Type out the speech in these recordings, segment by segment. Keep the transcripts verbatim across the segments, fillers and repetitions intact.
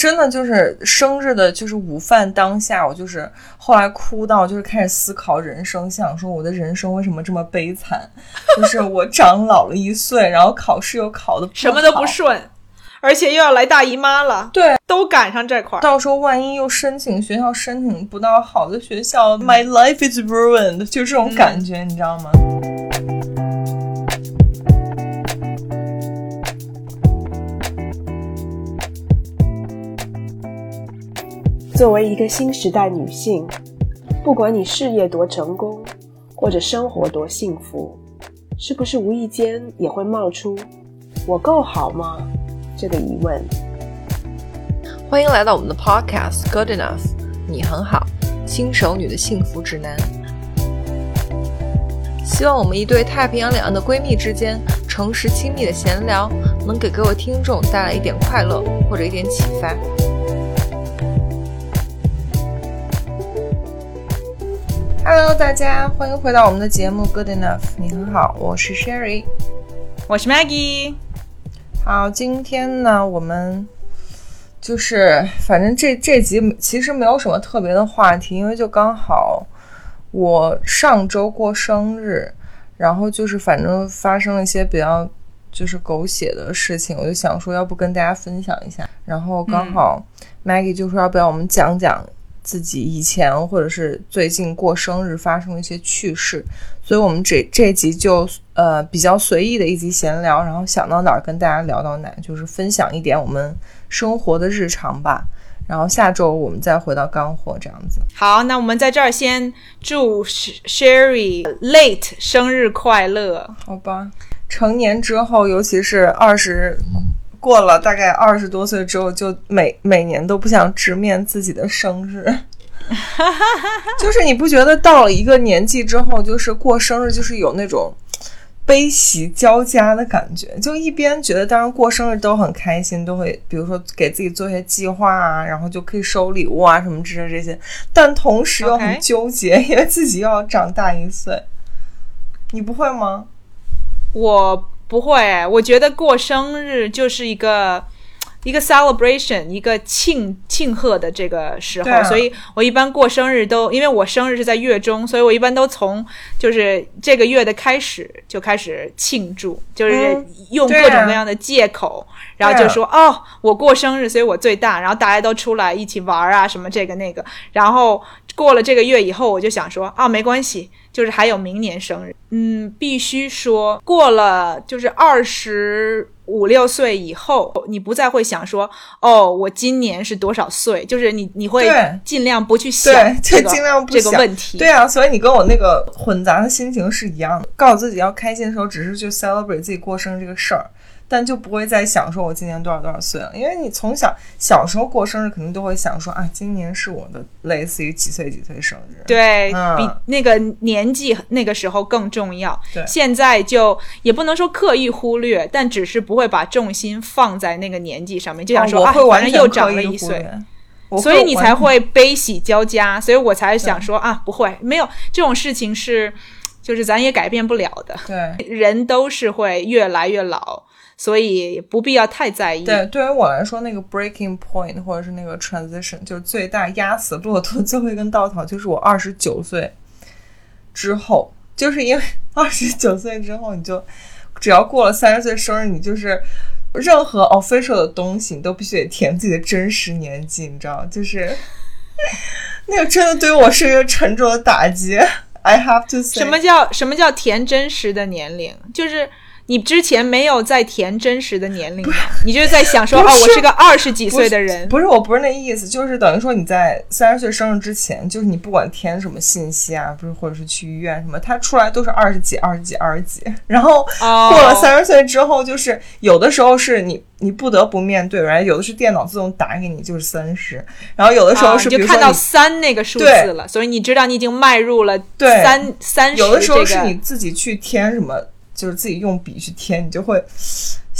真的就是生日的就是午饭当下，我就是后来哭到就是开始思考人生，想说我的人生为什么这么悲惨，就是我长老了一岁，然后考试又考得不好， 什么都不顺，而且又要来大姨妈了， 对， 都赶上这块儿。 到时候万一又申请学校申请不到好的学校， My life is ruined， 就这种感觉、嗯、你知道吗？ 作为一个新时代女性，不管你事业多成功，或者生活多幸福，是不是无意间也会冒出我够好吗这个疑问。 欢迎来到我们的 podcast Good Enough， 你很好，新手女的幸福指南。希望我们一对太平洋两岸的闺蜜之间诚实亲密的闲聊，能给各位听众带来一点快乐或者一点启发。 Hello， 大家欢迎回到我们的节目 Good Enough， 你很好，我是 Sherry， 我是 Maggie。 好，今天呢我们就是反正这这集其实没有什么特别的话题，因为就刚好我上周过生日，然后就是反正发生了一些比较就是狗血的事情，我就想说要不跟大家分享一下，然后刚好 Maggie 就说要不要我们讲讲自己以前或者是最近过生日发生的一些趣事，所以我们这这集就呃比较随意的一集闲聊，然后想到哪儿跟大家聊到哪，就是分享一点我们生活的日常吧，然后下周我们再回到干货这样子。 好，那我们在这儿先祝 Sherry late 生日快乐。 好吧，成年之后，尤其是二十过了大概二十多岁之后，就每每年都不想直面自己的生日就是你不觉得到了一个年纪之后，就是过生日就是有那种悲喜交加的感觉，就一边觉得当然过生日都很开心，都会比如说给自己做一些计划啊，然后就可以收礼物啊什么之类的这些，但同时又很纠结、okay. 因为自己又要长大一岁。你不会吗？ 我不会，我觉得过生日就是一个一个 celebration， 一个庆庆贺的这个时候、啊、所以我一般过生日都，因为我生日是在月中，所以我一般都从就是这个月的开始就开始庆祝，就是用各种各样的借口、嗯啊、然后就说、啊、哦我过生日所以我最大，然后大家都出来一起玩啊什么这个那个，然后过了这个月以后我就想说啊没关系，就是还有明年生日。嗯，必须说过了就是二十五六岁以后，你不再会想说哦我今年是多少岁，就是你你会尽量不去想这个尽量不想这个问题。 对啊，所以你跟我那个混杂的心情是一样的，告诉自己要开心的时候只是去 celebrate 自己过生日这个事儿，但就不会再想说我今年多少多少岁了，因为你从小小时候过生日肯定都会想说啊，今年是我的类似于几岁几岁生日。 对、 嗯、 比那个年纪那个时候更重要。 对， 现在就也不能说刻意忽略，但只是不会把重心放在那个年纪上面，就想说、 哦、我会完全啊反正又长了一岁，所以你才会悲喜交加，所以我才想说啊不会，没有这种事情是就是咱也改变不了的。 对， 人都是会越来越老，所以不必要太在意。 对，对于我来说那个 breaking point 或者是那个 transition 就是最大压死骆驼最后一根稻草，就是我二十九岁之后，就是因为二十九岁之后你就只要过了三十岁生日，你就是任何 official 的东西你都必须得填自己的真实年纪，你知道，就是那个真的对我是一个沉重的打击。I have to say， 什么叫什么叫填真实的年龄？就是你之前没有在填真实的年龄吗？你就是在想说哦，我是个二十几岁的人。 不是，不是我不是那意思，就是等于说你在三十岁生日之前，就是你不管填什么信息啊，不是或者是去医院什么，它出来都是二十几、二十几、二十几。然后过了三十岁之后，就是有的时候是你你不得不面对，然后有的是电脑自动打给你就是三十，然后有的时候是比如说你、哦、 你就看到三那个数字了，所以你知道你已经迈入了三三十。 有的时候是你自己去填什么。就是自己用笔去填，你就会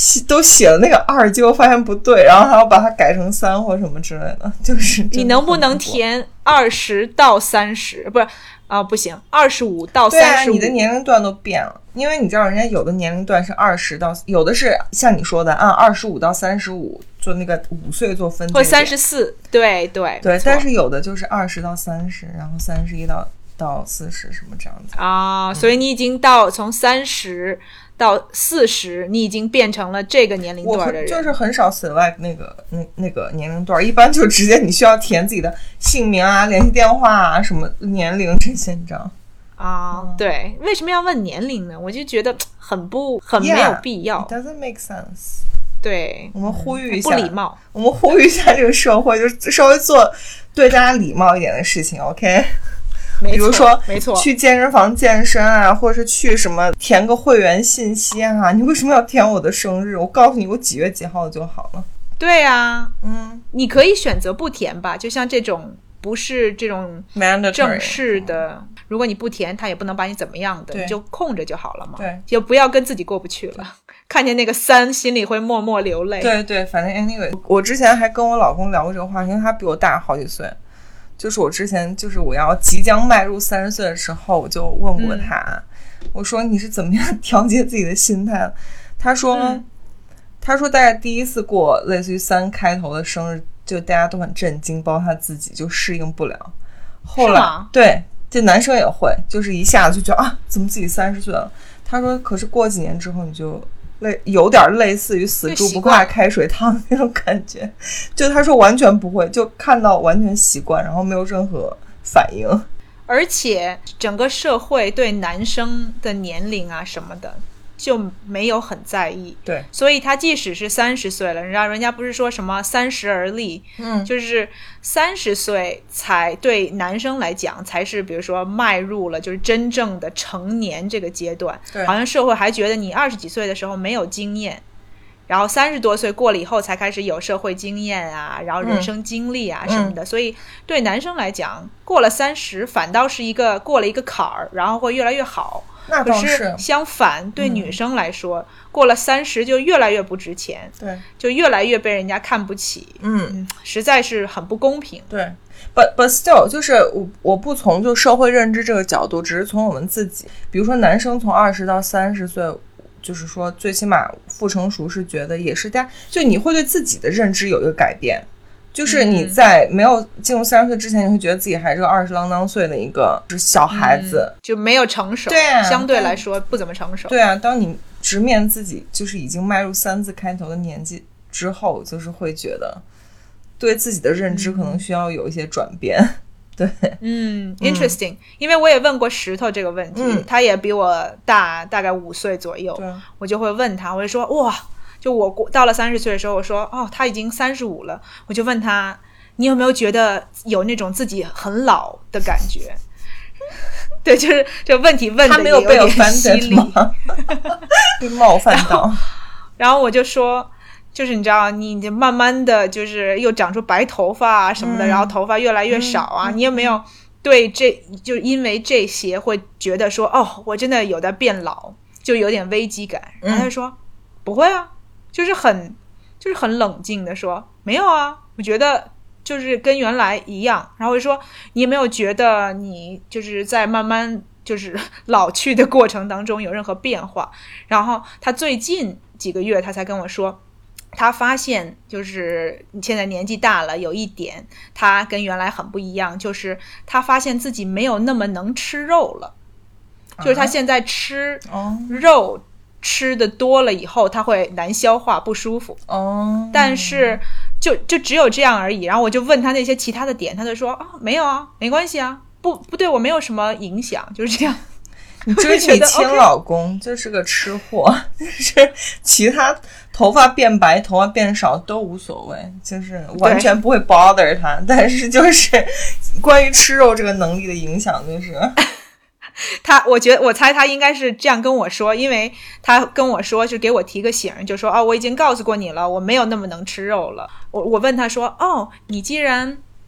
都写了那个二，结果发现不对，然后还要把它改成三或什么之类的，就是你能不能填二十到三十？不是啊，不行，二十五到三十五， 对啊，你的年龄段都变了，因为你知道人家有的年龄段是二十到，有的是像你说的按二十五到三十五做那个五岁做分界点， 或三十四，对对对，但是有的就是二十到三十，然后三十一到到四十什么这样子啊，所以你已经到从三十到四十，你已经变成了这个年龄段的人。 我就是很少 select 那个那那个年龄段，一般就直接你需要填自己的姓名啊、联系电话啊、什么年龄这些，你知道啊、嗯？对，为什么要问年龄呢？我就觉得很不很没有必要。 Yeah, it doesn't make sense。 对， 我们呼吁一下， 不礼貌。 我们呼吁一下这个社会，就稍微做对大家礼貌一点的事情 ，OK？比如说， 没错， 去健身房健身啊，或者是去什么填个会员信息啊，你为什么要填我的生日？我告诉你，我几月几号就好了。 对啊， 嗯， 你可以选择不填吧，就像这种不是这种正式的，如果你不填，他也不能把你怎么样的，你就空着就好了嘛。 对， 就不要跟自己过不去了。看见那个三，心里会默默流泪。 对对，反正 anyway， 我之前还跟我老公聊过这个话，因为他比我大好几岁。就是我之前就是我要即将迈入三十岁的时候，我就问过他，嗯、我说你是怎么样调节自己的心态的？他说，嗯、他说大概第一次过类似于三开头的生日，就大家都很震惊，包括他自己就适应不了。后来对，这男生也会，就是一下子就觉得啊，怎么自己三十岁了？他说，可是过几年之后你就。类有点类似于死猪不怕开水烫的那种感觉，就他说完全不会，就看到完全习惯，然后没有任何反应。 而且整个社会对男生的年龄啊什么的就没有很在意， 对， 所以他即使是三十岁了，人家人家不是说什么三十而立， 嗯， 就是三十岁才对男生来讲才是比如说迈入了就是真正的成年这个阶段， 对， 好像社会还觉得你二十几岁的时候没有经验，然后三十多岁过了以后才开始有社会经验啊，然后人生经历啊什么的，嗯、所以对男生来讲，过了三十反倒是一个过了一个坎儿，然后会越来越好。 那倒是。 可是相反，对女生来说，嗯、过了三十就越来越不值钱， 对， 就越来越被人家看不起， 嗯， 嗯实在是很不公平。 对。But but still， 就是我我不从就社会认知这个角度，只是从我们自己，比如说男生从二十到三十岁。就是说最起码不成熟是觉得也是大家就你会对自己的认知有一个改变，就是你在没有进入三十岁之前，你会觉得自己还是个二十郎当岁的一个就是小孩子， 嗯、就没有成熟， 对啊， 相对来说不怎么成熟。 对啊，当你直面自己就是已经迈入三字开头的年纪之后，就是会觉得对自己的认知可能需要有一些转变。嗯对， 嗯 ，interesting，、嗯、因为我也问过石头这个问题，嗯、他也比我大大概五岁左右，我就会问他，我就说哇，就我到了三十岁的时候，我说哦，他已经三十五了，我就问他，你有没有觉得有那种自己很老的感觉？对，就是这问题问的也有点犀利， 被冒犯到， 然后我就说。就是你知道你慢慢的就是又长出白头发啊什么的、嗯、然后头发越来越少啊、嗯、你有没有对这就因为这些会觉得说哦我真的有点变老，就有点危机感、嗯、然后他说不会啊，就是很就是很冷静的说没有啊，我觉得就是跟原来一样。然后我就说你有没有觉得你就是在慢慢就是老去的过程当中有任何变化？然后他最近几个月他才跟我说他发现就是现在年纪大了，有一点他跟原来很不一样，就是他发现自己没有那么能吃肉了、uh-huh. 就是他现在吃肉、uh-huh. 吃的多了以后他会难消化不舒服、uh-huh. 但是就就只有这样而已。然后我就问他那些其他的点，他就说啊没有啊，没关系啊，不不对我没有什么影响，就是这样。 你追你亲老公就是个吃货，就是其他头发变白头发变少都无所谓，就是完全不会 bother 他，但是就是关于吃肉这个能力的影响就是他我觉得我猜他应该是这样跟我说，因为他跟我说就给我提个醒，就说哦我已经告诉过你了，我没有那么能吃肉了。我我问他说哦你既然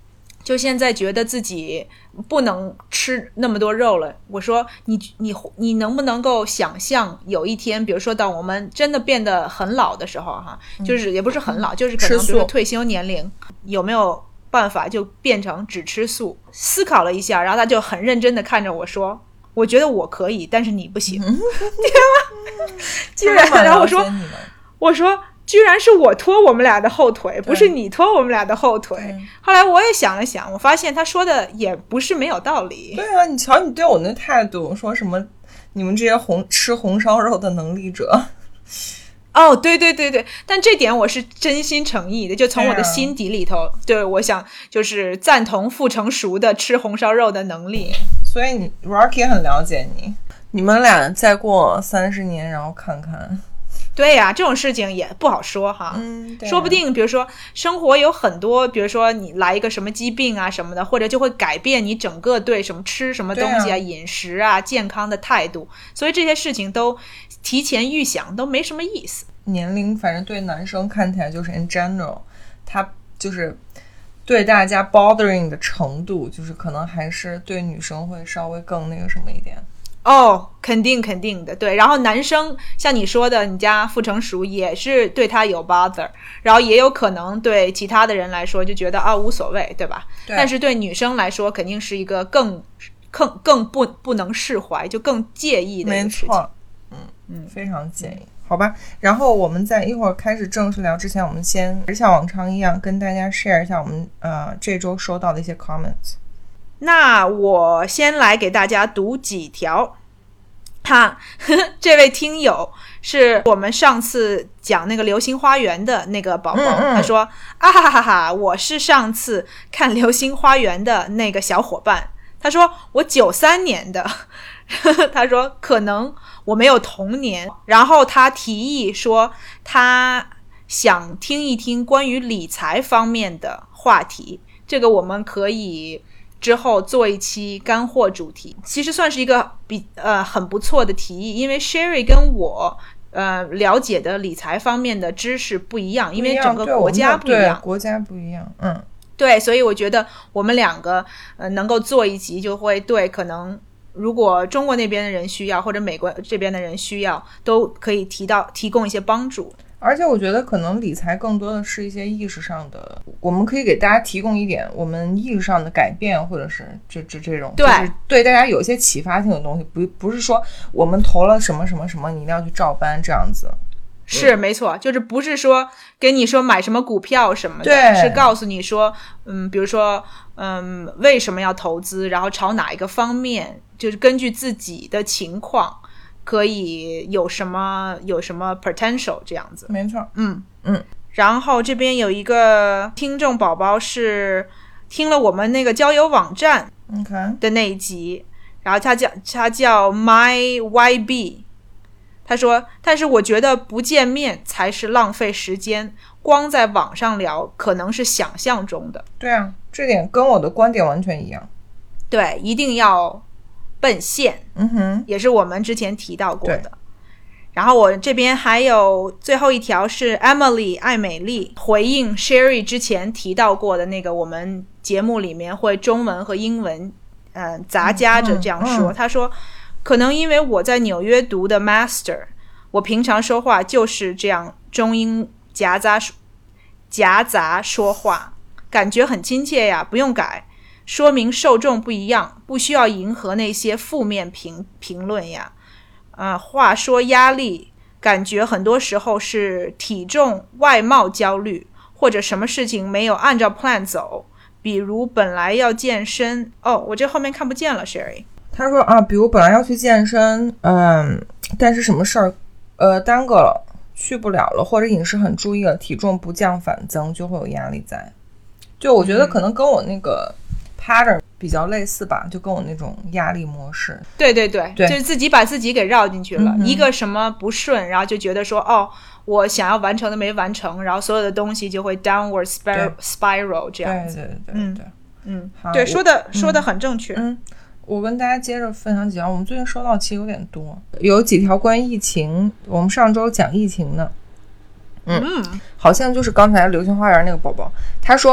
就现在觉得自己不能吃那么多肉了，我说你你你能不能够想象有一天，比如说到我们真的变得很老的时候哈，就是也不是很老，就是可能比如说退休年龄，有没有办法就变成只吃素？思考了一下，然后他就很认真的看着我说，我觉得我可以，但是你不行。嗯、居然，然后我说我说居然是我拖我们俩的后腿，不是你拖我们俩的后腿。后来我也想了想，我发现他说的也不是没有道理。 对啊，你瞧你对我那态度，说什么你们这些红吃红烧肉的能力者。 哦，对对对对，但这点我是真心诚意的，就从我的心底里头，对，我想就是赞同傅成熟的吃红烧肉的能力。 所以你 Rocky 很了解你，你们俩再过三十年，然后看看。 对呀、啊，这种事情也不好说哈， 嗯， 说不定比如说生活有很多，比如说你来一个什么疾病啊什么的，或者就会改变你整个对什么吃什么东西啊、饮食啊、健康的态度，所以这些事情都提前预想都没什么意思。 年龄反正对男生看起来就是 in general， 他就是对大家 bothering 的程度，就是可能还是对女生会稍微更那个什么一点。 哦，肯定肯定的，对。然后男生像你说的，你家傅成熟也是对他有 bother， 然后也有可能对其他的人来说就觉得啊无所谓，对吧？ 对。 但是对女生来说，肯定是一个更更更不不能释怀，就更介意的一个事情。 没错，嗯嗯，非常介意。好吧，然后我们在一会儿开始正式聊之前，我们先像往常一样跟大家 share 一下我们呃这周收到的一些 comments。 那我先来给大家读几条。哈，这位听友是我们上次讲那个流星花园的那个宝宝，嗯嗯他说啊哈哈哈，我是上次看流星花园的那个小伙伴。他说我九三年的，他说可能我没有童年。然后他提议说他想听一听关于理财方面的话题，这个我们可以之后做一期干货主题，其实算是一个比呃很不错的提议，因为 Sherry 跟我呃了解的理财方面的知识不一样，因为整个国家不一样， 对国家不一样，嗯， 对，所以我觉得我们两个呃能够做一集，就会对可能如果中国那边的人需要，或者美国这边的人需要，都可以提到提供一些帮助。 而且我觉得可能理财更多的是一些意识上的，我们可以给大家提供一点我们意识上的改变，或者是这这这种对、 就是、对大家有一些启发性的东西，不不是说我们投了什么什么什么你一定要去照搬这样子。 是没错，就是不是说跟你说买什么股票什么的， 对， 是告诉你说嗯比如说嗯为什么要投资，然后朝哪一个方面，就是根据自己的情况可以有什么有什么 potential 这样子。 没错， 嗯嗯。 然后这边有一个听众宝宝是听了我们那个交友网站的那一集， okay. 然后他叫他叫 My Y B， 他说但是我觉得不见面才是浪费时间，光在网上聊可能是想象中的。 对啊，这点跟我的观点完全一样。 对，一定要奔现， 嗯哼， 也是我们之前提到过的。然后我这边还有最后一条是 Emily 艾美丽回应 Sherry 之前提到过的那个，我们节目里面会中文和英文嗯、呃、杂夹着这样说。她、嗯嗯、说可能因为我在纽约读的 Master， 我平常说话就是这样中英夹杂夹杂说话，感觉很亲切呀，不用改，说明受众不一样，不需要迎合那些负面评评论呀。呃，话说压力，感觉很多时候是体重、外貌焦虑，或者什么事情没有按照 plan 走，比如本来要健身，哦，我这后面看不见了 Sherry。 他说啊，比如本来要去健身，嗯，但是什么事儿，呃，耽搁了，去不了了，或者饮食很注意了，体重不降反增，就会有压力在。就我觉得可能跟我那个 pattern 比较类似吧，就跟我那种压力模式。 对对对， 对， 就是自己把自己给绕进去了、 嗯、 一个什么不顺，然后就觉得说哦，我想要完成的没完成，然后所有的东西就会 downward spiral, spiral 这样子。 对对对对嗯嗯， 好， 对，说的说的很正确。 嗯，我跟大家接着分享几条，我们最近收到其实有点多，有几条关于疫情，我们上周讲疫情的。嗯，好像就是刚才流星花园那个宝宝，他说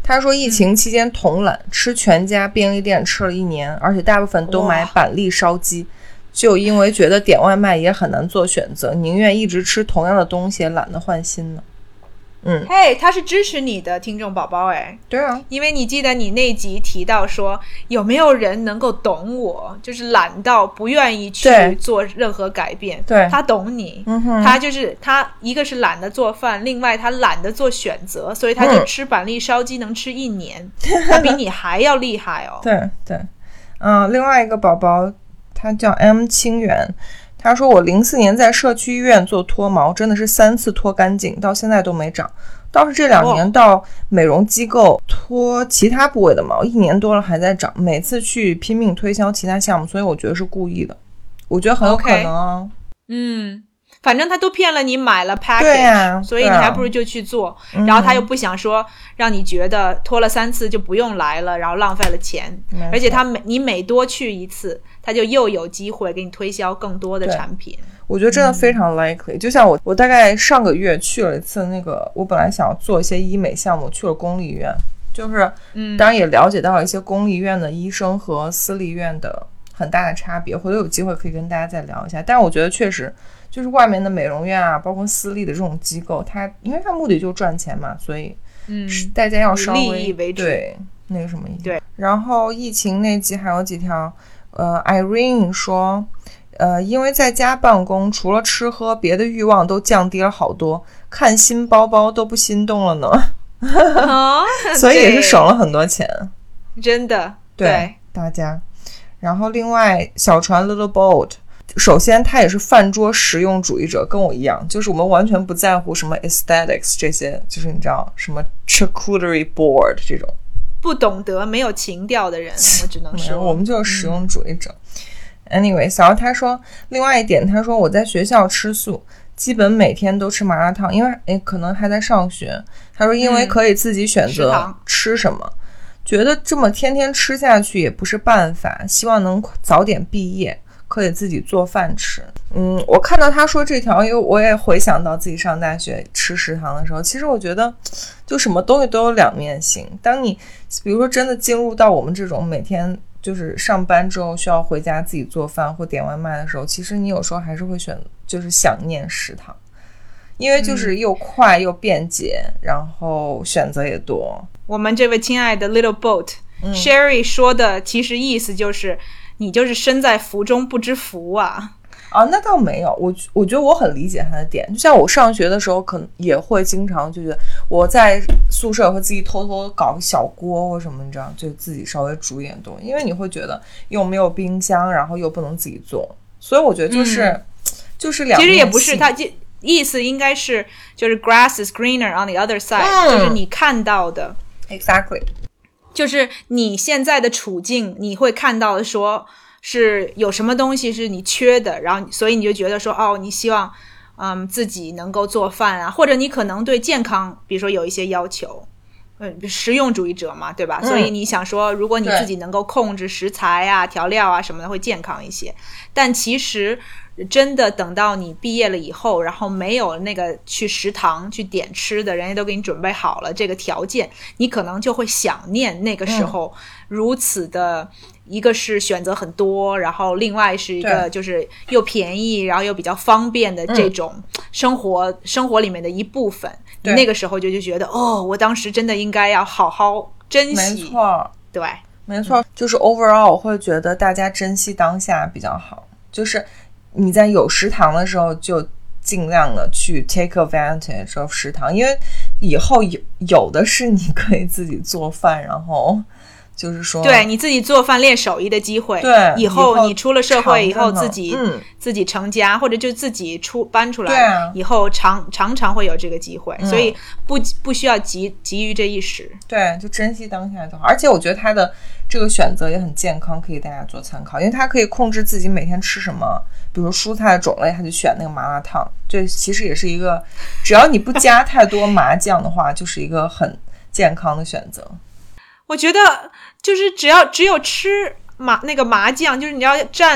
他说疫情期间同懒、嗯、吃全家便利店吃了一年，而且大部分都买板栗烧鸡，就因为觉得点外卖也很难做选择，宁愿一直吃同样的东西，懒得换新的。嗯， 嘿、hey, 他是支持你的听众宝宝哎。 对啊， 因为你记得你那集提到说有没有人能够懂我，就是懒到不愿意去做任何改变。 对， 他懂你、 嗯、哼他就是他一个是懒得做饭，另外他懒得做选择，所以他就吃板栗烧鸡能吃一年、嗯、他比你还要厉害哦。 对对，嗯、呃，另外一个宝宝他叫 M 清源，他说我零四年在社区医院做脱毛，真的是三次脱干净，到现在都没长。倒是这两年到美容机构脱其他部位的毛，一年多了还在长，每次去拼命推销其他项目，所以我觉得是故意的，我觉得很有可能啊。 Okay. 嗯，反正他都骗了你买了 package， 对啊， 所以你还不如就去做、啊、然后他又不想说让你觉得脱了三次就不用来了，然后浪费了钱，而且他每你每多去一次他就又有机会给你推销更多的产品。 我觉得真的非常 likely、嗯、就像我我大概上个月去了一次那个，我本来想要做一些医美项目，去了公立医院，就是嗯，当然也了解到一些公立医院的医生和私立医院的很大的差别，回头有机会可以跟大家再聊一下。但是我觉得确实就是外面的美容院啊，包括私立的这种机构，它因为它目的就是赚钱嘛，所以嗯，大家要稍微利益为主， 对那个什么对。 然后疫情那集还有几条，呃 Irene 说呃，因为在家办公，除了吃喝，别的欲望都降低了好多，看新包包都不心动了呢。 哦、 所以也是省了很多钱， 真的。 对， 对大家。然后另外小船 Little Boat， 首先他也是饭桌实用主义者，跟我一样，就是我们完全不在乎什么 aesthetics 这些，就是你知道什么 charcuterie board 这种， 不懂得没有情调的人，我只能说我们就是实用主义者。嗯、anyway， 然后他说另外一点，他说我在学校吃素，基本每天都吃麻辣烫，因为诶可能还在上学，他说因为可以自己选择吃什么、嗯、觉得这么天天吃下去也不是办法，希望能早点毕业，可以自己做饭吃。嗯，我看到他说这条，因为我也回想到自己上大学吃食堂的时候，其实我觉得就什么东西都有两面性。当你比如说真的进入到我们这种每天就是上班之后需要回家自己做饭或点外卖的时候，其实你有时候还是会选就是想念食堂，因为就是又快又便捷、嗯、然后选择也多。 我们这位亲爱的 Little Boat、嗯、Sherry 说的其实意思就是你就是身在福中不知福啊。 啊，那倒没有，我我觉得我很理解他的点。就像我上学的时候，可能也会经常就觉得我在宿舍会自己偷偷搞个小锅或什么，你知道，就自己稍微煮一点东西，因为你会觉得又没有冰箱，然后又不能自己做，所以我觉得就是、嗯、就是两面性。 其实也不是，他意思应该是就是 grass is greener on the other side、嗯、就是你看到的 exactly， 就是你现在的处境，你会看到的说。是有什么东西是你缺的，然后所以你就觉得说哦，你希望嗯自己能够做饭啊，或者你可能对健康比如说有一些要求，嗯，实用主义者嘛，对吧、嗯、所以你想说如果你自己能够控制食材啊调料啊什么的会健康一些，但其实真的等到你毕业了以后，然后没有那个去食堂去点吃的，人家都给你准备好了这个条件，你可能就会想念那个时候如此的、嗯一个是选择很多，然后另外是一个就是又便宜然后又比较方便的这种生活、嗯、生活里面的一部分，你那个时候就就觉得哦，我当时真的应该要好好珍惜。 没错， 对， 没错、嗯、就是 overall 我会觉得大家珍惜当下比较好，就是你在有食堂的时候就尽量的去 take advantage of 食堂，因为以后有有的是你可以自己做饭，然后就是说对你自己做饭练手艺的机会， 对， 以后你出了社会以后自己、 嗯、 自己成家或者就自己出搬出来、 啊、 以后常常常会有这个机会、嗯、所以不不需要急急于这一时， 对，就珍惜当下就好。而且我觉得他的这个选择也很健康，可以大家做参考，因为他可以控制自己每天吃什么，比如蔬菜的种类他就选那个麻辣烫，这其实也是一个只要你不加太多麻酱的话就是一个很健康的选择。 我觉得就是只要只有吃麻那个麻酱，就是你要蘸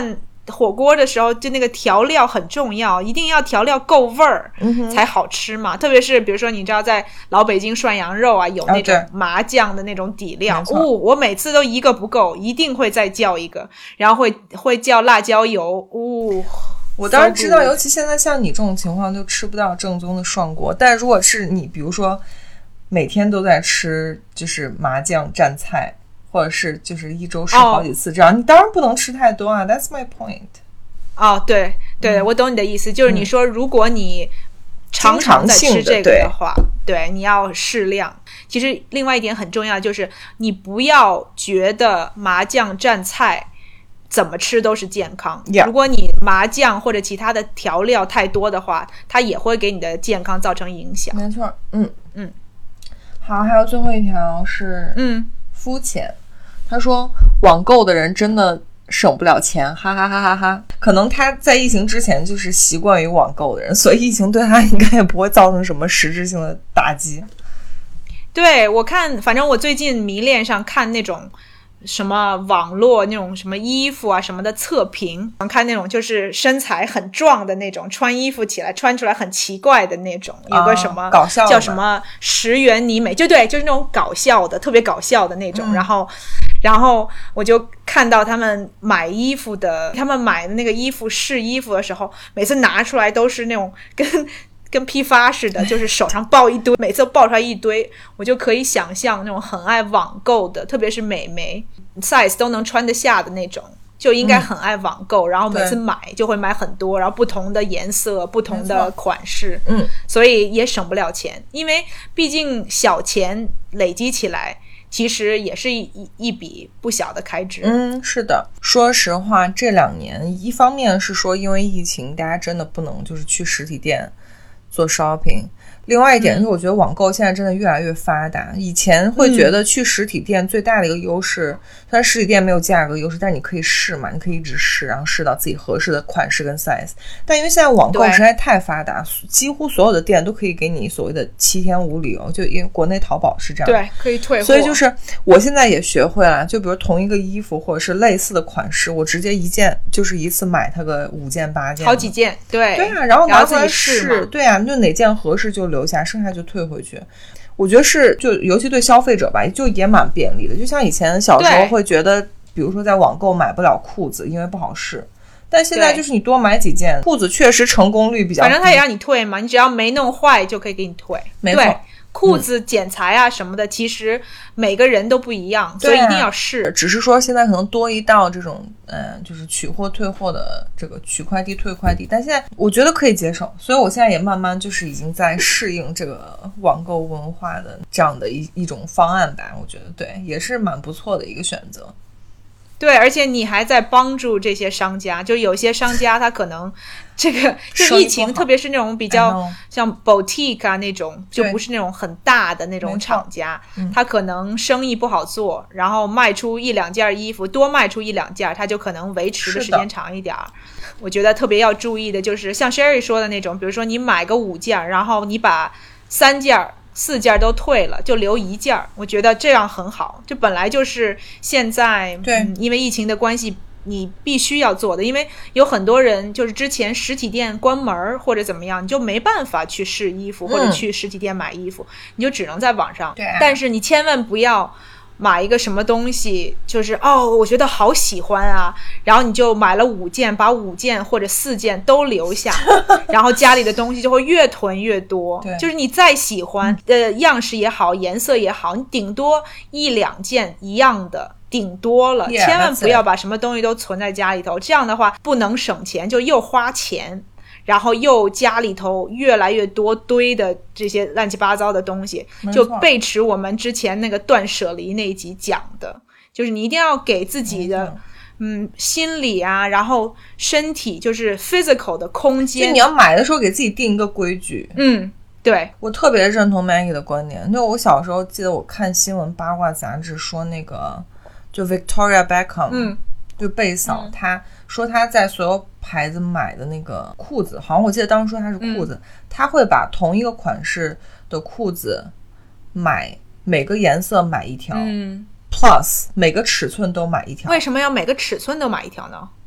火锅的时候，就那个调料很重要，一定要调料够味儿才好吃嘛、嗯、特别是比如说你知道在老北京涮羊肉啊，有那种麻酱的那种底料、哦、我每次都一个不够，一定会再叫一个，然后会会叫辣椒油。哦， 我当然知道，尤其现在像你这种情况就吃不到正宗的涮锅，但如果是你比如说每天都在吃就是麻酱蘸菜，或者是就是一周吃好几次这样、oh. 你当然不能吃太多啊， That's my point。 哦、oh, 对对、嗯、我懂你的意思，就是你说如果你常常在吃这个的话， 对, 对你要适量。其实另外一点很重要，就是你不要觉得麻酱蘸菜怎么吃都是健康、 yeah. 如果你麻酱或者其他的调料太多的话，它也会给你的健康造成影响。 没错，嗯嗯。好，还有最后一条是嗯肤浅。他说网购的人真的省不了钱，哈哈哈哈哈。可能他在疫情之前就是习惯于网购的人，所以疫情对他应该也不会造成什么实质性的打击。 对，我看反正我最近迷恋上看那种什么网络那种什么衣服啊什么的测评，看那种就是身材很壮的那种，穿衣服起来穿出来很奇怪的那种，有个什么、 啊、搞笑叫什么石原里美，就对，就是那种搞笑的特别搞笑的那种、嗯、然后然后我就看到他们买衣服的，他们买的那个衣服试衣服的时候，每次拿出来都是那种跟跟批发似的，就是手上抱一堆，每次都抱出来一堆，我就可以想象那种很爱网购的，特别是美眉 size 都能穿得下的那种，就应该很爱网购、嗯、然后每次买就会买很多，然后不同的颜色不同的款式， 嗯， 所以也省不了钱，因为毕竟小钱累积起来其实也是一一笔不小的开支。 嗯，是的。说实话这两年一方面是说因为疫情大家真的不能就是去实体店做 shopping， 另外一点是我觉得网购现在真的越来越发达、嗯、以前会觉得去实体店最大的一个优势、嗯、虽然实体店没有价格优势，但是你可以试嘛，你可以一直试，然后试到自己合适的款式跟 size。 但因为现在网购实在太发达，几乎所有的店都可以给你所谓的七天无理由，就因为国内淘宝是这样， 对，可以退货。 所以就是我现在也学会了，就比如同一个衣服或者是类似的款式，我直接一件就是一次买它个五件八件， 好几件，对对啊，然后拿回来试， 对啊，就哪件合适就留下，剩下就退回去。我觉得是就尤其对消费者吧，就也蛮便利的。就像以前小时候会觉得比如说在网购买不了裤子因为不好试，但现在就是你多买几件，裤子确实成功率比较低， 反正他也让你退嘛，你只要没弄坏就可以给你退。 没错， 对，裤子剪裁啊什么的、嗯、其实每个人都不一样，所以一定要试、啊、 只是说现在可能多一道这种嗯，就是取货退货的这个取快递退快递，但现在我觉得可以接受，所以我现在也慢慢就是已经在适应这个网购文化的这样的一一种方案吧，我觉得对，也是蛮不错的一个选择。 对，而且你还在帮助这些商家，就有些商家他可能这个就疫情特别是那种比较像 boutique 啊那种，就不是那种很大的那种厂家、嗯、他可能生意不好做，然后卖出一两件衣服，多卖出一两件他就可能维持的时间长一点。我觉得特别要注意的就是像 Sherry 说的那种，比如说你买个五件，然后你把三件四件都退了，就留一件，我觉得这样很好，这本来就是现在对、嗯、因为疫情的关系你必须要做的，因为有很多人就是之前实体店关门或者怎么样，你就没办法去试衣服、嗯、或者去实体店买衣服，你就只能在网上。对，但是你千万不要买一个什么东西就是哦我觉得好喜欢啊，然后你就买了五件，把五件或者四件都留下然后家里的东西就会越囤越多。对，就是你再喜欢的、呃、样式也好颜色也好，你顶多一两件一样的顶多了、yeah, 千万不要把什么东西都存在家里头，这样的话不能省钱，就又花钱，然后又家里头越来越多堆的这些乱七八糟的东西，就背驰我们之前那个断舍离那一集讲的，就是你一定要给自己的嗯心理啊，然后身体就是 physical 的空间，就你要买的时候给自己定一个规矩。 嗯，对， 我特别认同 Maggie 的观点。就我小时候记得我看新闻八卦杂志说那个就 Victoria Beckham， 嗯，就贝嫂、嗯、她说她在所有牌子买的那个裤子，好像我记得当时说她是裤子、嗯、她会把同一个款式的裤子买每个颜色买一条，嗯 plus 每个尺寸都买一条。 为什么要每个尺寸都买一条呢？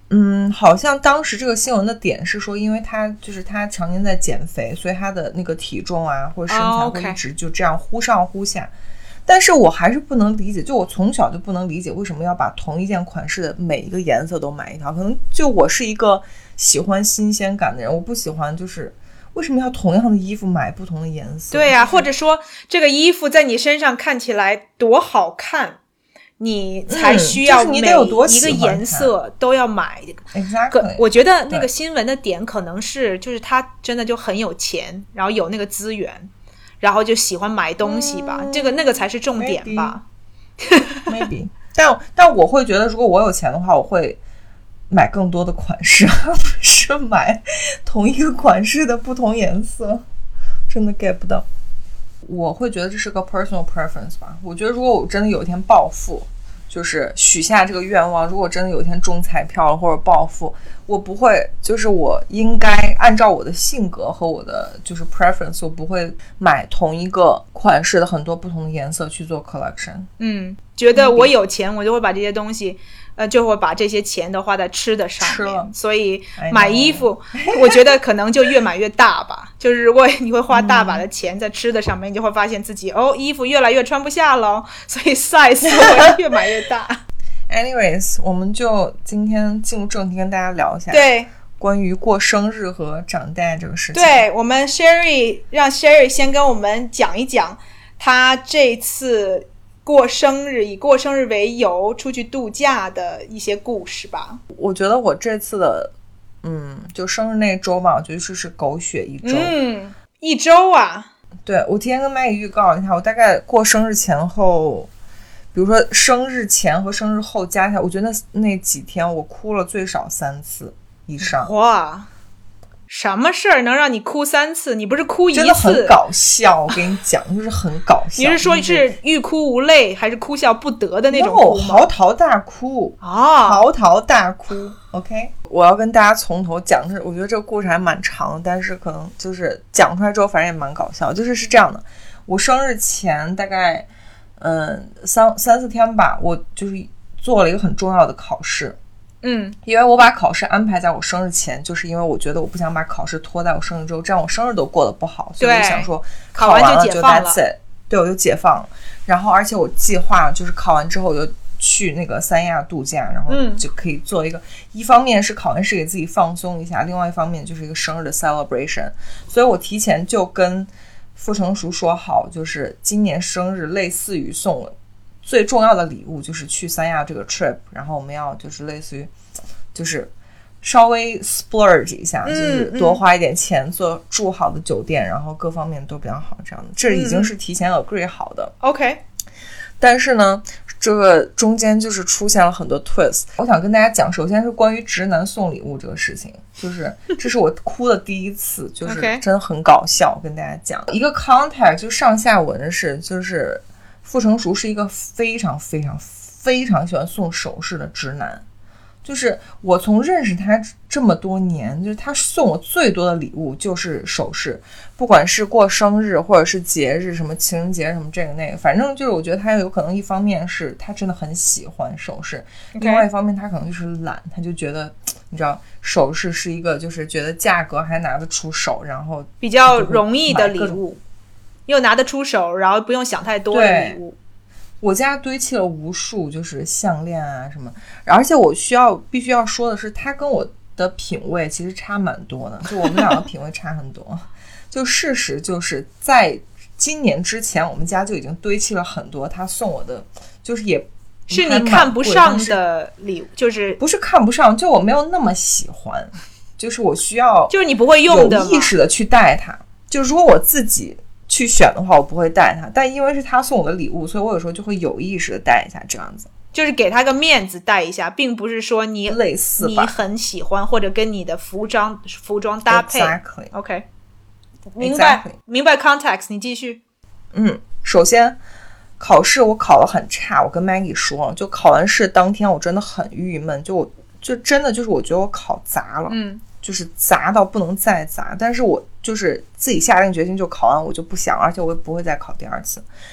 嗯，好像当时这个新闻的点是说，因为他就是他常年在减肥，所以他的那个体重啊或者身材会一直就这样忽上忽下。Oh, okay. 但是我还是不能理解，就我从小就不能理解为什么要把同一件款式的每一个颜色都买一套。可能就我是一个喜欢新鲜感的人，我不喜欢就是为什么要同样的衣服买不同的颜色。 对呀、啊就是、或者说这个衣服在你身上看起来多好看，你才需要每一个颜色都要买。 嗯就是、exactly, 我觉得那个新闻的点可能是就是他真的就很有钱，然后有那个资源，然后就喜欢买东西吧、嗯、这个那个才是重点吧。 maybe, maybe. 但, 但我会觉得如果我有钱的话我会买更多的款式，而不是买同一个款式的不同颜色，真的 get 不到。我会觉得这是个 personal preference 吧。我觉得如果我真的有一天暴富，就是许下这个愿望，如果真的有一天中彩票了或者暴富，我不会就是我应该按照我的性格和我的就是 preference， 我不会买同一个款式的很多不同的颜色去做 collection。 嗯，觉得我有钱我就会把这些东西呃，就会把这些钱都花在吃的上面，所以买衣服我觉得可能就越买越大吧。就是如果你会花大把的钱在吃的上面、嗯、你就会发现自己哦，衣服越来越穿不下了，所以 size 会越买越大。 Anyways， 我们就今天进入正题，跟大家聊一下对关于过生日和长大这个事情。 对，我们 Sherry 让 Sherry 先跟我们讲一讲他这次过生日以过生日为由出去度假的一些故事吧。 我觉得我这次的嗯，就生日那周吧，我觉得是狗血一周。 嗯，一周啊。 对，我提前跟麦宇预告一下，我大概过生日前后，比如说生日前和生日后加起来，我觉得那那几天我哭了最少三次以上。 哇，什么事儿能让你哭三次？你不是哭一次？ 真的很搞笑，我跟你讲，就是很搞笑。 你是说是欲哭无泪，还是哭笑不得的那种哭吗？ no, 嚎啕大哭啊， 嚎啕大哭。OK， 我要跟大家从头讲，我觉得这个故事还蛮长，但是可能就是讲出来之后，反正也蛮搞笑。就是是这样的，我生日前大概嗯三三四天吧，我就是做了一个很重要的考试。 嗯， 因为我把考试安排在我生日前，就是因为我觉得我不想把考试拖在我生日之后，这样我生日都过得不好，所以我想说考完了就 that's it， 对，我就解放了。然后而且我计划就是考完之后我就去那个三亚度假，然后就可以做一个、嗯、一方面是考完试给自己放松一下，另外一方面就是一个生日的 celebration。 所以我提前就跟傅成熟说好，就是今年生日类似于送我最重要的礼物就是去三亚这个 trip， 然后我们要就是类似于就是稍微 splurge 一下、嗯、就是多花一点钱做住好的酒店、嗯、然后各方面都比较好，这样的这已经是提前 agree 好的、 嗯、OK。 但是呢这个中间就是出现了很多 twist。 我想跟大家讲，首先是关于直男送礼物这个事情，就是这是我哭的第一次就是真的很搞笑。我跟大家讲一个 contact， 就上下文是就是傅成熟是一个非常非常非常喜欢送首饰的直男，就是我从认识他这么多年，就是他送我最多的礼物就是首饰，不管是过生日或者是节日，什么情人节什么这个那个，反正就是我觉得他有可能一方面是他真的很喜欢首饰、okay. 另外一方面他可能就是懒，他就觉得你知道首饰是一个就是觉得价格还拿得出手，然后比较容易的礼物，又拿得出手，然后不用想太多的礼物。 我家堆砌了无数就是项链啊什么，而且我需要必须要说的是，他跟我的品味其实差蛮多的，就我们两个品味差很多。就事实就是在今年之前，我们家就已经堆砌了很多他送我的，就是也是你看不上的礼物，就是不是看不上，就我没有那么喜欢，就是我需要就是你不会用的有意识的去带它。就如果我自己去选的话我不会带它，但因为是他送我的礼物，所以我有时候就会有意识的带一下，这样子就是给他个面子带一下，并不是说你类似吧你很喜欢或者跟你的服装服装搭配。 Exactly OK 明白、exactly. 明白 context， 你继续。 嗯，首先考试我考得很差，我跟 Maggie 说了，就考完试当天我真的很郁闷，就我就真的就是我觉得我考砸了， 嗯， 就是砸到不能再砸，但是我就是自己下定决心就考完我就不想，而且我也不会再考第二次。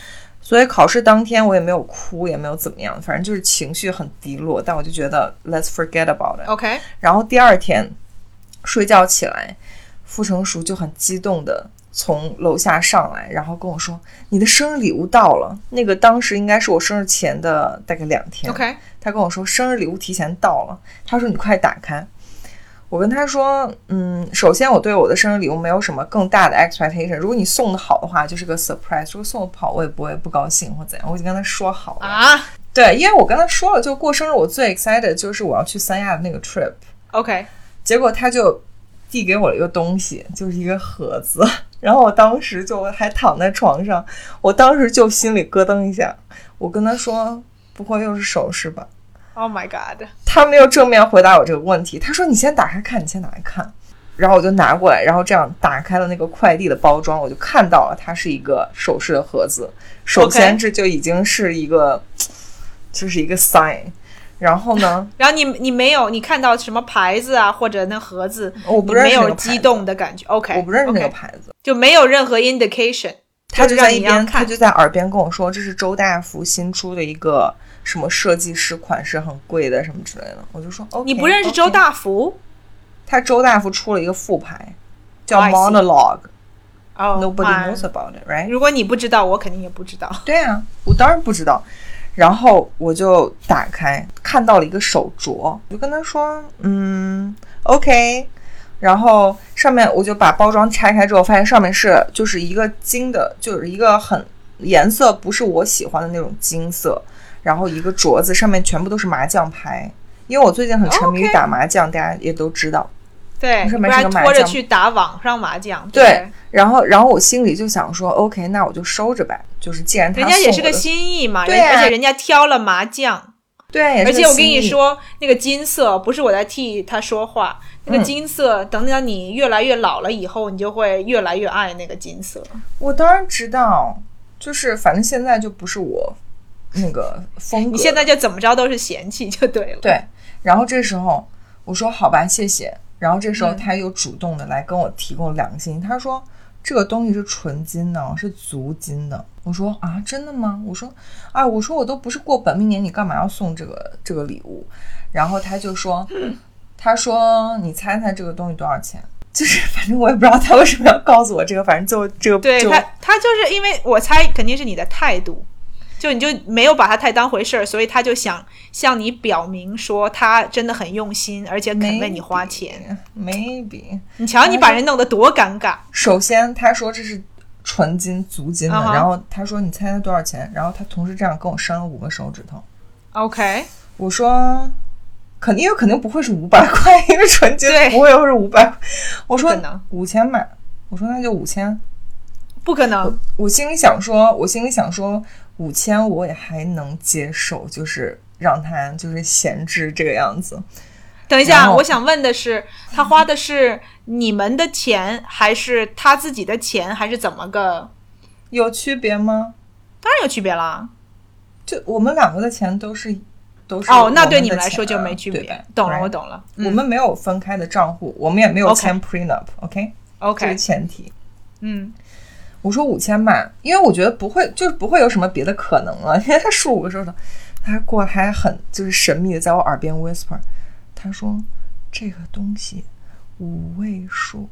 所以考试当天我也没有哭，也没有怎么样，反正就是情绪很低落，但我就觉得 let's forget about it。 OK， 然后第二天睡觉起来，傅成熟就很激动的从楼下上来，然后跟我说你的生日礼物到了。那个当时应该是我生日前的大概两天。 OK， 他跟我说生日礼物提前到了，他说你快打开。我跟他说嗯，首先我对我的生日礼物没有什么更大的 expectation， 如果你送的好的话就是个 surprise， 如果送的不好我也不会不高兴或怎样，我已经跟他说好了啊。 对，因为我跟他说了，就过生日我最 excited 就是我要去三亚的那个 trip。 OK， 结果他就递给我了一个东西，就是一个盒子，然后我当时就还躺在床上，我当时就心里咯噔一下，我跟他说不会又是首饰吧？ Oh my god， 他没有正面回答我这个问题，他说你先打开看，你先打开看。然后我就拿过来，然后这样打开了那个快递的包装，我就看到了它是一个首饰的盒子。首先这就已经是一个、okay. 就是一个 sign。然后呢然后你你没有你看到什么牌子啊或者那盒子， 我不认识那个牌子， 没有激动的感觉。 OK， 我不认识那个牌子， okay. 就没有任何 indication。 他就在一边他就在耳边跟我说这是周大福新出的一个什么设计师款式很贵的什么之类的。我就说 OK， 你不认识周大福？ okay. 他周大福出了一个副牌叫 Monologue、oh, Nobody knows about it, right？ 如果你不知道我肯定也不知道。 对啊，我当然不知道。然后我就打开看到了一个手镯，我就跟他说嗯 OK， 然后上面我就把包装拆开之后发现上面是就是一个金的，就是一个很颜色不是我喜欢的那种金色，然后一个镯子上面全部都是麻将牌，因为我最近很沉迷于打麻将、okay. 大家也都知道。 对， 不然拖着去打网上麻将。 对, 对，然后然后我心里就想说 OK， 那我就收着呗，就是既然他人家也是个心意嘛。 对、啊、 而且人家挑了麻将。 对， 而且我跟你说那个金色不是我在替他说话，那个金色、嗯、等等你越来越老了以后你就会越来越爱那个金色。 我当然知道，就是反正现在就不是我那个风格， 你现在就怎么着都是嫌弃就对了。 对，然后这时候我说好吧谢谢，然后这时候他又主动的来跟我提供良心、嗯、他说这个东西是纯金的，是足金的。我说啊真的吗？我说啊我说我都不是过本命年，你干嘛要送这个这个礼物？然后他就说、嗯、他说你猜猜这个东西多少钱？就是反正我也不知道他为什么要告诉我这个，反正就这个对他他就是因为我猜肯定是你的态度，就你就没有把他太当回事儿，所以他就想向你表明说他真的很用心，而且肯为你花钱。 Maybe, maybe 你瞧你把人弄得多尴尬。 首先他说这是纯金足金的、uh-huh. 然后他说你猜猜多少钱，然后他同时这样跟我伸了五个手指头。 OK， 我说肯定肯定不会是五百块，因为纯金不会又是五百。我说五千买，我说那就五千。 不可能。 我, 我心里想说我心里想说五千我也还能接受，就是让他就是闲置这个样子。 等一下，我想问的是他花的是你们的钱还是他自己的钱，还是怎么个有区别吗？ 当然有区别啦， 就我们两个的钱都是都是哦，那对你们来说就没区别。懂了，我懂了、 嗯、我们没有分开的账户，我们也没有签 prenup。 OK OK， 这是前提。 嗯， 我说五千万，因为我觉得不会，就是不会有什么别的可能了。因为他数五个手指头，他还过还很就是神秘的在我耳边 whisper， 他说这个东西五位数。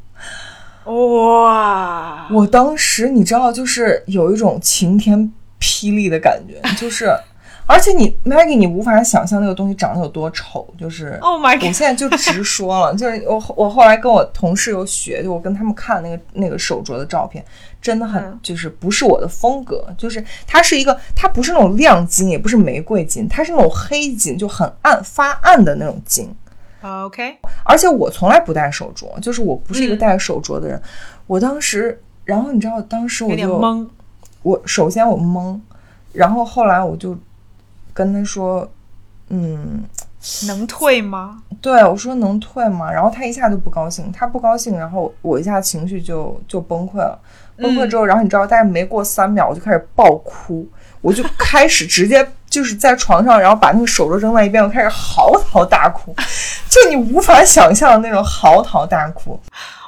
哇！ 我当时你知道，就是有一种晴天霹雳的感觉，就是。而且你 Maggie 你无法想象那个东西长得有多丑，就是 Oh my God， 我现在就直说了，就是我我后来跟我同事有学，就我跟他们看那个那个手镯的照片，真的很、嗯、就是不是我的风格，就是它是一个它不是那种亮金，也不是玫瑰金，它是那种黑金，就很暗发暗的那种金。 OK， 而且我从来不戴手镯，就是我不是一个戴手镯的人、嗯、我当时然后你知道当时我就有点懵， 我首先我懵，然后后来我就跟他说嗯能退吗？ 对，我说能退吗？然后他一下就不高兴，他不高兴，然后我一下情绪就就崩溃了，崩溃之后、嗯、然后你知道大概没过三秒我就开始爆哭，我就开始直接就是在床上然后把那个手镯扔在一边，我开始嚎啕大哭，就你无法想象的那种嚎啕大哭。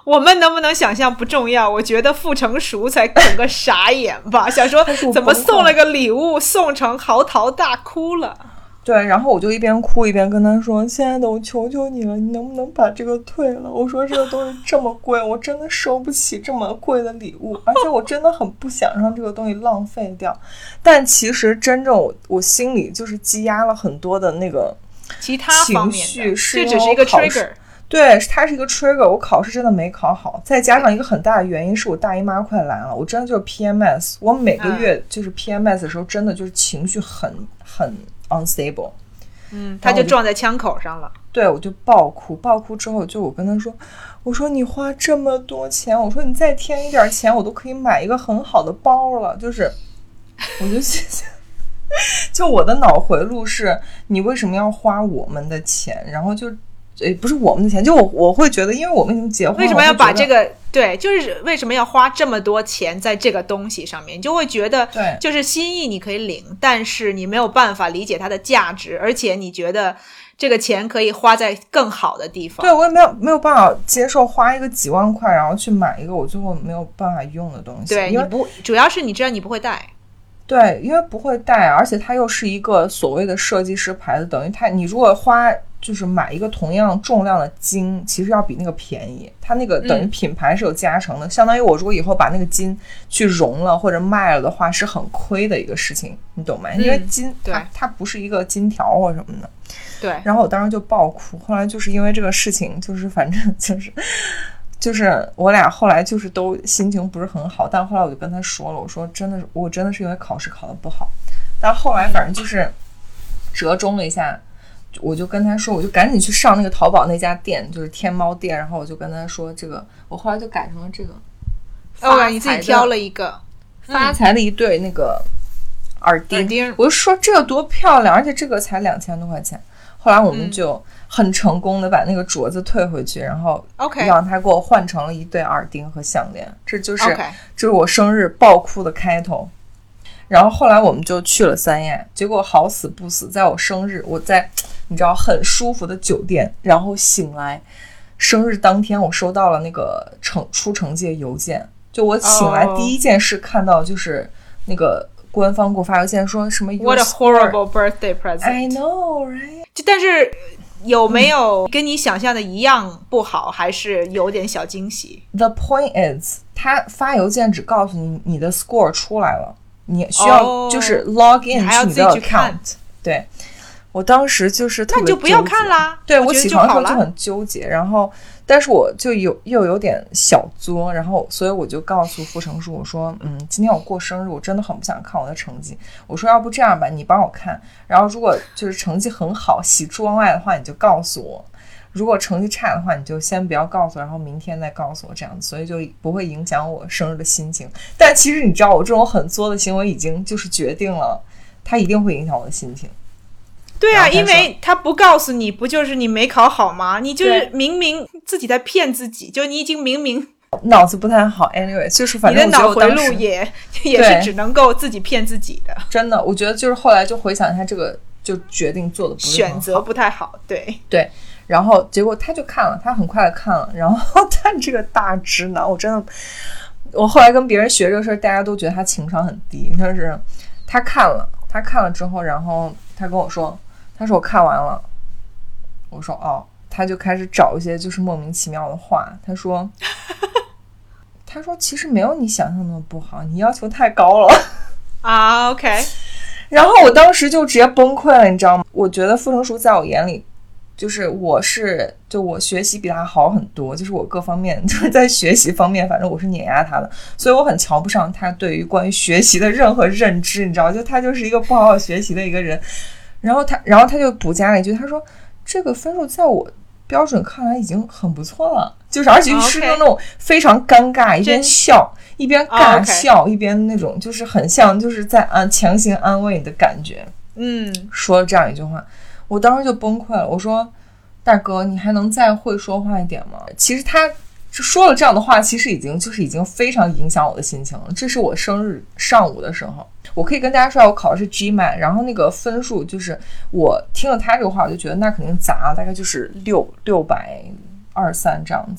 我们能不能想象不重要，我觉得傅成熟才整个傻眼吧，想说怎么送了个礼物送成嚎啕大哭了。 对，然后我就一边哭一边跟他说，亲爱的，我求求你了，你能不能把这个退了？我说这个东西这么贵，我真的收不起这么贵的礼物，而且我真的很不想让这个东西浪费掉。但其实真正我我心里就是积压了很多的那个其他方面的， 是这只是一个 trigger。 对，它是一个 trigger， 我考试真的没考好，再加上一个很大的原因是我大姨妈快来了，我真的就是 P M S， 我每个月就是 P M S 的时候真的就是情绪很很 unstable， 嗯，他就撞在枪口上了。 对，我就爆哭，爆哭之后就我跟他说，我说你花这么多钱，我说你再添一点钱我都可以买一个很好的包了，就是我就就我的脑回路是你为什么要花我们的钱，然后就诶，不是我们的钱，就我我会觉得，因为我们已经结婚了， 为什么要把这个对，就是为什么要花这么多钱在这个东西上面？你就会觉得， 对， 就是心意你可以领，但是你没有办法理解它的价值，而且你觉得这个钱可以花在更好的地方。 对，我也没有没有办法接受花一个几万块，然后去买一个我最后没有办法用的东西。 对，你不，主要是你知道你不会带。 对，因为不会带，而且它又是一个所谓的设计师牌子，等于它你如果花就是买一个同样重量的金，其实要比那个便宜，它那个等于品牌是有加成的，嗯、相当于我如果以后把那个金去熔了或者卖了的话，是很亏的一个事情，你懂吗？嗯、因为金它它不是一个金条或什么的。 对。 然后我当时就爆哭，后来就是因为这个事情，就是反正就是。就是我俩后来就是都心情不是很好，但后来我就跟他说了，我说真的是我真的是因为考试考得不好，但后来反正就是折中了一下，我就跟他说，我就赶紧去上那个淘宝那家店，就是天猫店，然后我就跟他说这个，我后来就改成了这个， 哦，你自己挑了一个发财的一对那个耳钉， 耳钉， 我就说这个多漂亮，而且这个才两千多块钱。后来我们就很成功的把那个镯子退回去，然后让他给我换成了一对耳钉和项链，这就是、 okay. 这是我生日爆哭的开头。然后后来我们就去了三亚，结果好死不死，在我生日，我在你知道很舒服的酒店，然后醒来，生日当天我收到了那个成出成绩的邮件，就我醒来第一件事看到就是那个官方给我发邮件说什么 What a horrible birthday present I know right 就但是有没有跟你想象的一样不好、嗯、还是有点小惊喜？ The point is 他发邮件只告诉你你的 score 出来了，你需要就是 log in 去你的 account。 对，我当时就是特别纠结， 那就不要看啦。 对，我起床的时候就很纠结，然后但是我就有又有点小作，然后所以我就告诉傅成书，我说嗯，今天我过生日，我真的很不想看我的成绩，我说要不这样吧，你帮我看，然后如果就是成绩很好喜出望外的话你就告诉我，如果成绩差的话你就先不要告诉我，然后明天再告诉我，这样子，所以就不会影响我生日的心情。但其实你知道我这种很作的行为已经就是决定了它一定会影响我的心情。 对啊，因为他不告诉你不就是你没考好吗？你就是明明自己在骗自己，就你已经明明脑子不太好 anyway 就是反正你的脑回路也也是只能够自己骗自己的。真的我觉得就是后来就回想一下这个就决定做的不是很好， 选择不太好。对对，然后结果他就看了，他很快的看了，然后他这个大直男我真的我后来跟别人学这个事儿，大家都觉得他情商很低，就是他看了他看了之后，然后他跟我说，他说我看完了，我说哦，他就开始找一些就是莫名其妙的话，他说他说其实没有你想象那么不好，你要求太高了啊 OK 然后我当时就直接崩溃了，你知道吗？我觉得傅成熟在我眼里就是我是就我学习比他好很多，就是我各方面就是在学习方面反正我是碾压他的，所以我很瞧不上他对于关于学习的任何认知，你知道，就他就是一个不好好学习的一个人。然后他然后他就补加了一句，他说这个分数在我标准看来已经很不错了，就是而且是那种非常尴尬， okay. 一边笑一边尬笑、oh, okay. 一边那种就是很像就是在安强行安慰你的感觉。 嗯， 说了这样一句话，我当时就崩溃了，我说大哥你还能再会说话一点吗？其实他说了这样的话其实已经就是已经非常影响我的心情了。这是我生日上午的时候，我可以跟大家说我考的是 G M A T， 然后那个分数就是我听了他这个话我就觉得那肯定砸了，大概就是六六百二三这样子。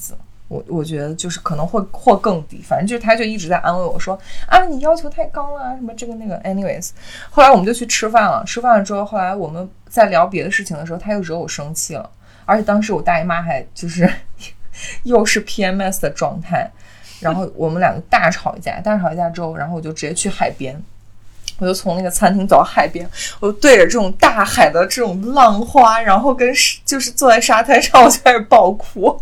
我我觉得就是可能会或更低，反正就是他就一直在安慰我说啊你要求太高了什么这个那个 anyways。 后来我们就去吃饭了，吃饭了之后后来我们在聊别的事情的时候他又惹我生气了，而且当时我大姨妈还就是又是 P M S 的状态，然后我们两个大吵一架，大吵一架之后然后我就直接去海边，我就从那个餐厅走到海边，我就对着这种大海的这种浪花，然后跟就是坐在沙滩上我就开始爆哭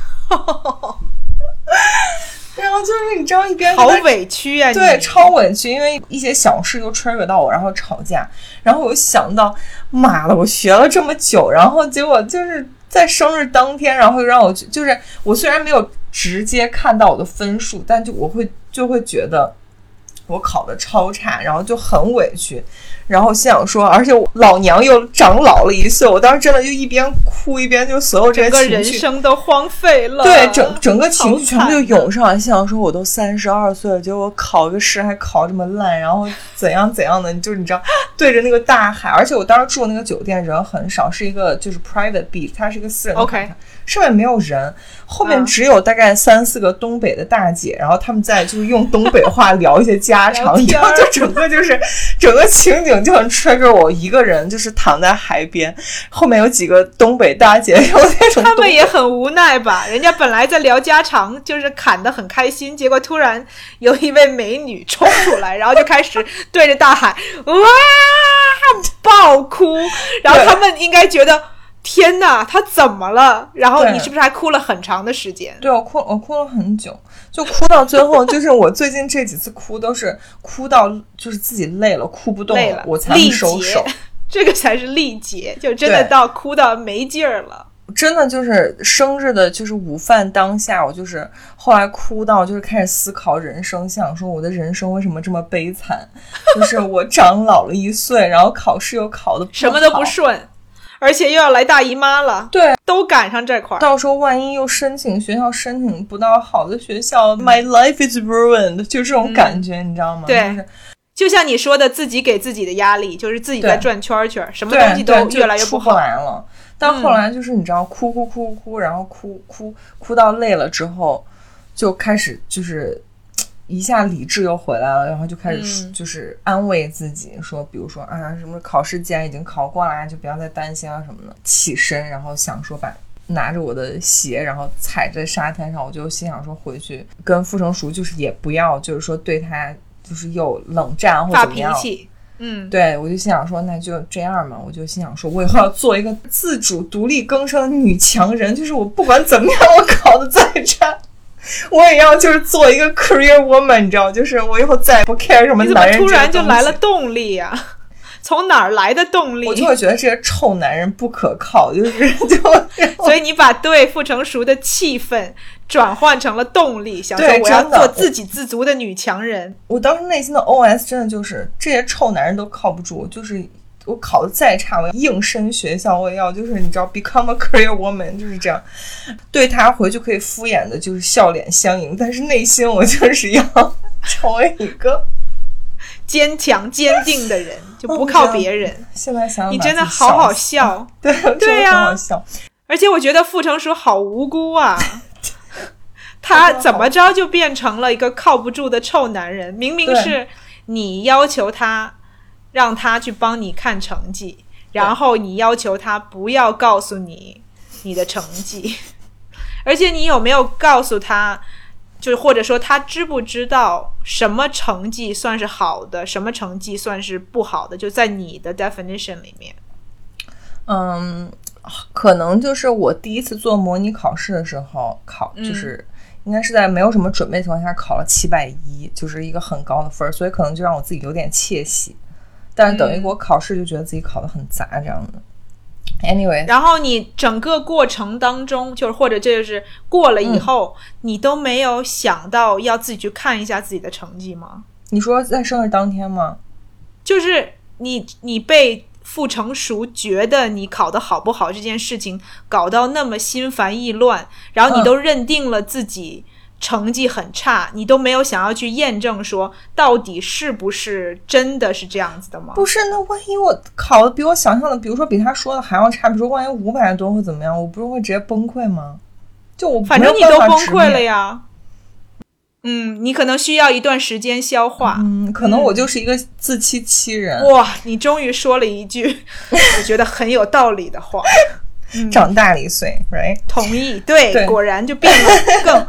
然后就是你知道一边好委屈啊， 对，超委屈，因为一些小事又 trigger 到我，然后吵架，然后我就想到妈的我学了这么久，然后结果就是在生日当天，然后让我就是我虽然没有直接看到我的分数，但就我会就会觉得我考得超差，然后就很委屈，然后心想说而且我老娘又长老了一岁，我当时真的就一边哭一边就所有这些情绪， 整个人生都荒废了， 对，整整个情绪全部就涌上来，心想说我都三十二岁了，结果我考个试还考这么烂，然后怎样怎样的，就是你知道对着那个大海，而且我当时住那个酒店人很少，是一个就是 private beach， 它是一个私人的海滩， okay. 上面没有人，后面只有大概三四个东北的大姐，然后他们在就是用东北话聊一些家常然后就整个就是整个情景就很 trigger 我一个人就是躺在海边，后面有几个东北大姐，有那种他们也很无奈吧，人家本来在聊家常就是侃得很开心，结果突然有一位美女冲出来然后就开始对着大海哇爆哭，然后他们应该觉得天哪他怎么了，然后你是不是还哭了很长的时间？ 对，我哭我哭了很久，就哭到最后就是我最近这几次哭都是哭到就是自己累了哭不动了，了我才能收手， 这个才是力竭，就真的到哭到没劲儿了。 真的就是生日的就是午饭当下，我就是后来哭到就是开始思考人生，想说我的人生为什么这么悲惨，就是我长老了一岁，然后考试又考得不好， 什么都不顺，而且又要来大姨妈了， 对， 都赶上这块， 到时候万一又申请学校申请不到好的学校、嗯、My life is ruined， 就这种感觉、嗯、你知道吗？ 对、 就是就像你说的自己给自己的压力，就是自己在转圈圈，什么东西都越来越不好， 出不来了。但后来就是你知道哭哭哭哭，然后哭哭哭到累了之后就开始就是一下理智又回来了，然后就开始就是安慰自己说比如说啊什么考试既然已经考过来就不要再担心啊什么的，起身然后想说把拿着我的鞋然后踩在沙滩上，我就心想说回去跟傅成熟就是也不要就是说对他就是又冷战或怎么样， 发脾气，嗯， 对，我就心想说那就这样嘛，我就心想说我以后要做一个自主独立更生的女强人，就是我不管怎么样我考得再差我也要就是做一个 career woman， 你知道，就是我以后再也不 care 什么男人， 你怎么突然就来了动力啊？从哪儿来的动力？ 我就会觉得这些臭男人不可靠，就是就所以你把对傅成熟的气氛转换成了动力，想说我要做自给自足的女强人。 我当时内心的 O S 真的就是这些臭男人都靠不住，就是我考得再差我要应申学校，我也要就是你知道 become a career woman， 就是这样。对他回去可以敷衍的就是笑脸相迎，但是内心我就是要成为一个坚强坚定的人，就不靠别人、哦、 现在想想你真的好好笑， 对对呀、啊，好笑。 而且我觉得傅成熟好无辜啊他怎么着就变成了一个靠不住的臭男人，明明是你要求他让他去帮你看成绩，然后你要求他不要告诉你你的成绩而且你有没有告诉他，就是或者说他知不知道什么成绩算是好的，什么成绩算是不好的，就在你的 definition 里面。 嗯，可能就是我第一次做模拟考试的时候考就是应该是在没有什么准备的情况下考了七百一，就是一个很高的分，所以可能就让我自己有点窃喜，但是等于我考试就觉得自己考得很杂这样的。Anyway， 然后你整个过程当中就是或者这就是过了以后、嗯、你都没有想到要自己去看一下自己的成绩吗？ 你说在生日当天吗？ 就是你你被傅成熟觉得你考得好不好这件事情搞到那么心烦意乱，然后你都认定了自己成绩很差、嗯、你都没有想要去验证说到底是不是真的是这样子的吗？ 不是，那万一我考的比我想象的比如说比他说的还要差，比如说万一五百多会怎么样，我不是会直接崩溃吗？ 就我反正你都崩溃了呀。嗯，你可能需要一段时间消化。 嗯，可能我就是一个自欺欺人。 嗯、哇，你终于说了一句我觉得很有道理的话。 嗯、长大了一岁 ，right？ 同意，对，对果然就变了更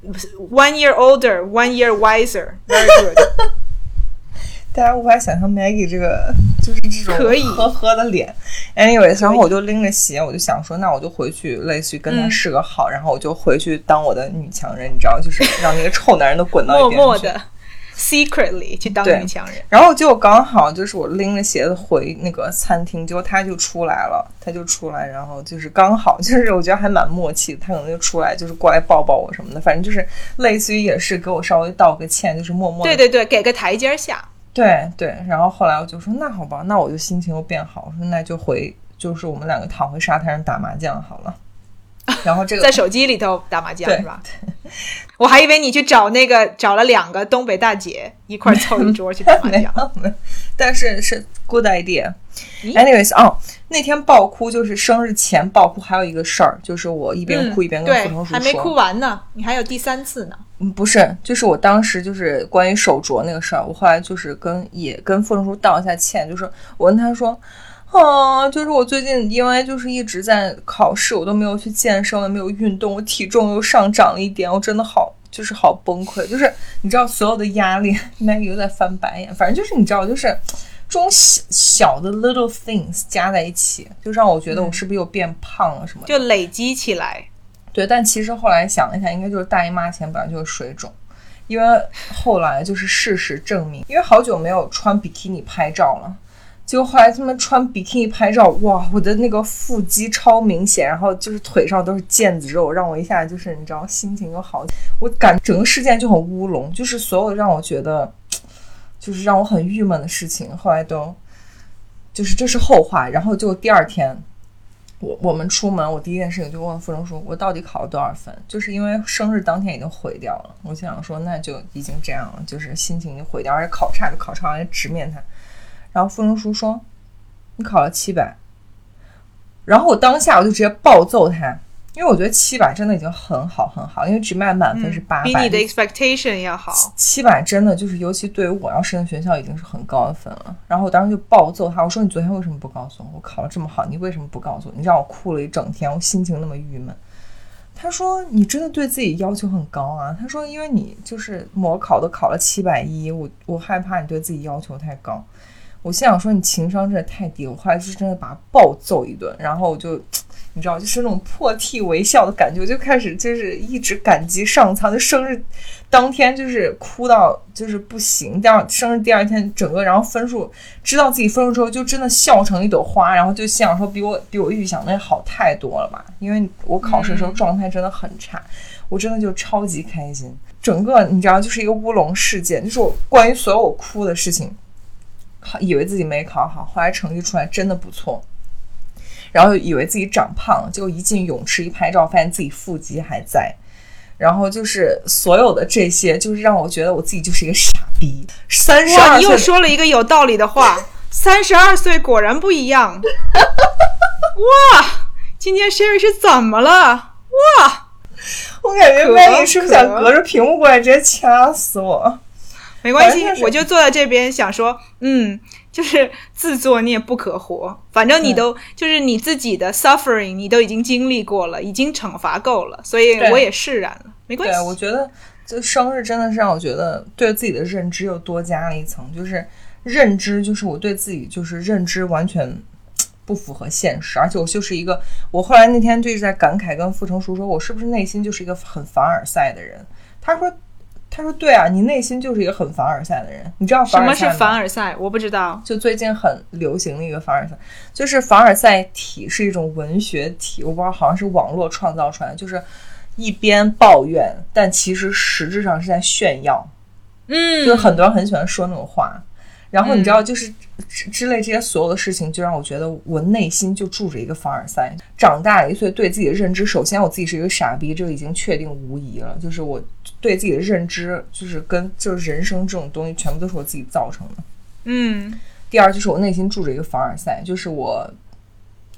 one year older, one year wiser. Very good. 大家无法想象 Maggie 这个就是这种呵呵的脸。Anyways， 然后我就拎着鞋，我就想说，那我就回去，类似于跟他示个好、嗯，然后我就回去当我的女强人，你知道，就是让那个臭男人都滚到一边去。 默默的 ，secretly 去当女强人。 然后结果刚好就是我拎着鞋子回那个餐厅，结果他就出来了，他就出来，然后就是刚好就是我觉得还蛮默契的，他可能就出来就是过来抱抱我什么的，反正就是类似于也是给我稍微道个歉，就是默默的。 对对对，给个台阶下。 对对，然后后来我就说那好吧，那我就心情又变好，我说那就回就是我们两个躺回沙滩上打麻将好了。然后这个在手机里头打麻将是吧？我还以为你去找那个找了两个东北大姐一块凑一桌去打麻将。 但是是 good idea。Anyways， 哦，那天爆哭就是生日前爆哭，还有一个事儿，就是我一边哭一边跟傅成熟说、 嗯、还没哭完呢，你还有第三次呢。 嗯，不是，就是我当时就是关于手镯那个事儿，我后来就是跟也跟傅成熟道一下歉，就是我跟他说。啊，就是我最近因为就是一直在考试，我都没有去健身，也没有运动，我体重又上涨了一点，我真的好就是好崩溃，就是你知道所有的压力 Maggie 又在翻白眼，反正就是你知道就是这种小小的 little things 加在一起，就让我觉得我是不是又变胖了什么的、 嗯、就累积起来。 对，但其实后来想了一下，应该就是大姨妈前本来就是水肿，因为后来就是事实证明，因为好久没有穿比基尼拍照了，结果后来他们穿比基尼拍照，哇，我的那个腹肌超明显，然后就是腿上都是腱子肉，让我一下就是你知道心情又好，我感整个事件就很乌龙，就是所有让我觉得就是让我很郁闷的事情，后来都就是这是后话。然后就第二天我我们出门，我第一件事情就问傅成书我到底考了多少分，就是因为生日当天已经毁掉了，我就想说那就已经这样了，就是心情就毁掉，而且考差就考差，就直面他。然后傅成书说你考了七百，然后我当下我就直接暴揍他，因为我觉得七百真的已经很好很好，因为直麦满分是八百、嗯、 比你的 expectation 要好， 七百真的就是尤其对于我要升的学校已经是很高的分了。然后我当时就暴揍他，我说你昨天为什么不告诉我我考了这么好，你为什么不告诉我，你让我哭了一整天，我心情那么郁闷。他说你真的对自己要求很高啊，他说因为你就是模考都考了七百一，我我害怕你对自己要求太高。我心想说你情商真的太低，我后来就是真的把他暴揍一顿，然后我就你知道就是那种破涕为笑的感觉，我就开始就是一直感激上苍，就生日当天就是哭到就是不行，第二生日第二天整个然后分数知道自己分数之后就真的笑成一朵花，然后就心想说比我比我预想的好太多了吧，因为我考试的时候状态真的很差、嗯、我真的就超级开心。整个你知道就是一个乌龙事件，就是我关于所有我哭的事情，以为自己没考好，后来成绩出来真的不错，然后以为自己长胖了，结果一进泳池一拍照发现自己腹肌还在，然后就是所有的这些就是让我觉得我自己就是一个傻逼。三十二岁， 哇，你又说了一个有道理的话，三十二岁果然不一样。哇，今天 Sherry 是怎么了？哇， 我感觉 Maggie 是不是想隔着屏幕过来直接掐死我？ 没关系，我就坐在这边想说嗯，就是自作孽不可活，反正你都、嗯、就是你自己的 suffering 你都已经经历过了，已经惩罚够了，所以我也释然了，没关系。 对，我觉得就生日真的是让我觉得对自己的认知又多加了一层，就是认知就是我对自己就是认知完全不符合现实，而且我就是一个我后来那天就一直在感慨跟傅成书说我是不是内心就是一个很凡尔赛的人，他说他说对啊，你内心就是一个很凡尔赛的人。你知道凡尔赛吗？ 什么是凡尔赛？我不知道。 就最近很流行的一个凡尔赛，就是凡尔赛体是一种文学体，我不知道好像是网络创造出来的，就是一边抱怨但其实实质上是在炫耀。嗯，就是很多人很喜欢说那种话，然后你知道就是之类这些所有的事情就让我觉得我内心就住着一个凡尔赛。长大了一岁对自己的认知，首先我自己是一个傻逼，这个已经确定无疑了，就是我对自己的认知就是跟就是人生这种东西全部都是我自己造成的。嗯，第二就是我内心住着一个凡尔赛，就是我